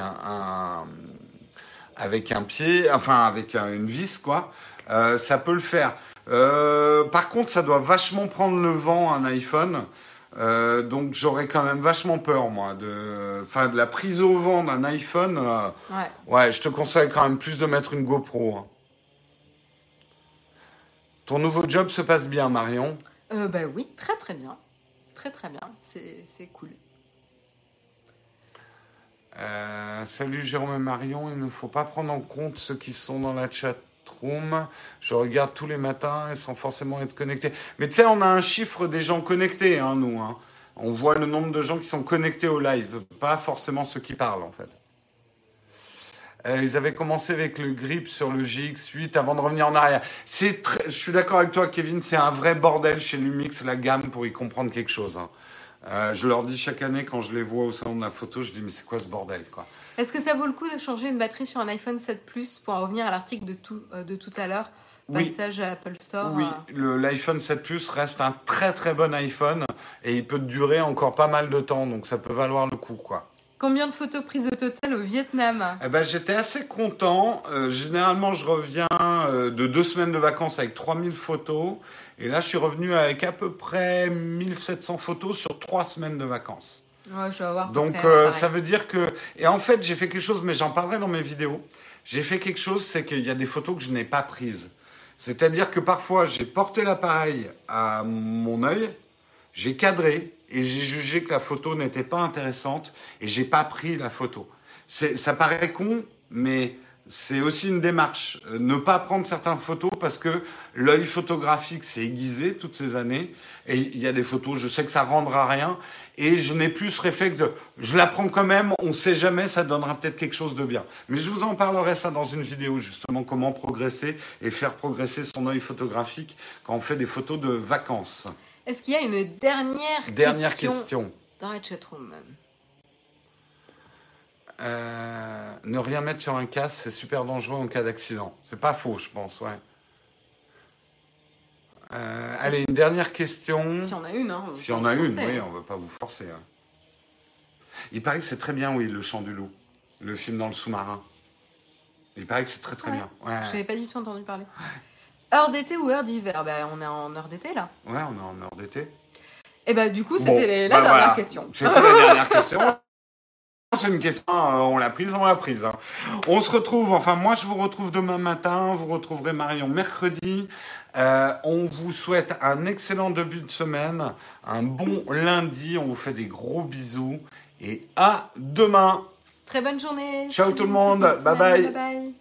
avec un pied, enfin avec une vis, quoi. Ça peut le faire. Par contre, ça doit vachement prendre le vent, un iPhone. Donc j'aurais quand même vachement peur, moi, de la prise au vent d'un iPhone. Ouais, je te conseille quand même plus de mettre une GoPro. Hein. Ton nouveau job se passe bien, Marion? Bah oui, très très bien. Très très bien, c'est cool. Salut Jérôme et Marion, il ne faut pas prendre en compte ceux qui sont dans la chatroom. Je regarde tous les matins et sans forcément être connectés. Mais tu sais, on a un chiffre des gens connectés, hein, nous. Hein. On voit le nombre de gens qui sont connectés au live, pas forcément ceux qui parlent en fait. Ils avaient commencé avec le grip sur le GX8 avant de revenir en arrière. Je suis d'accord avec toi, Kevin, c'est un vrai bordel chez Lumix, la gamme, pour y comprendre quelque chose. Hein. Je leur dis chaque année quand je les vois au salon de la photo, je dis mais c'est quoi ce bordel quoi. Est-ce que ça vaut le coup de changer une batterie sur un iPhone 7 Plus pour en revenir à l'article de tout à l'heure? Passage à l'Apple Store. Oui, l'iPhone 7 Plus reste un très très bon iPhone et il peut durer encore pas mal de temps, donc ça peut valoir le coup quoi. Combien de photos prises au total au Vietnam? J'étais assez content. Généralement, je reviens de 2 semaines de vacances avec 3000 photos. Et là, je suis revenu avec à peu près 1700 photos sur 3 semaines de vacances. Ouais, je vais avoir. Donc, ça veut dire que... Et en fait, j'ai fait quelque chose, mais j'en parlerai dans mes vidéos. J'ai fait quelque chose, c'est qu'il y a des photos que je n'ai pas prises. C'est-à-dire que parfois, j'ai porté l'appareil à mon œil, j'ai cadré, et j'ai jugé que la photo n'était pas intéressante et j'ai pas pris la photo. Ça paraît con, mais c'est aussi une démarche. Ne pas prendre certaines photos parce que l'œil photographique s'est aiguisé toutes ces années et il y a des photos, je sais que ça rendra rien et je n'ai plus ce réflexe de je la prends quand même, on sait jamais, ça donnera peut-être quelque chose de bien. Mais je vous en parlerai ça dans une vidéo justement, comment progresser et faire progresser son œil photographique quand on fait des photos de vacances. Est-ce qu'il y a une dernière question dans la chatroom? Ne rien mettre sur un casque, c'est super dangereux en cas d'accident. C'est pas faux, je pense, ouais. Allez, une dernière question. Si on a une, hein. Si on a une, oui, on ne va pas vous forcer. Hein. Il paraît que c'est très bien, oui, Le Chant du Loup. Le film dans le sous-marin. Il paraît que c'est très très bien. Ouais. Je n'avais pas du tout entendu parler. Heure d'été ou heure d'hiver? On est en heure d'été, là. Ouais, on est en heure d'été. Et du coup, c'était la dernière question. C'était la dernière question. C'est une question, on l'a prise. Hein. On se retrouve, moi je vous retrouve demain matin, vous retrouverez Marion mercredi. On vous souhaite un excellent début de semaine, un bon lundi, on vous fait des gros bisous et à demain. Très bonne journée. Ciao tout le monde, bye bye.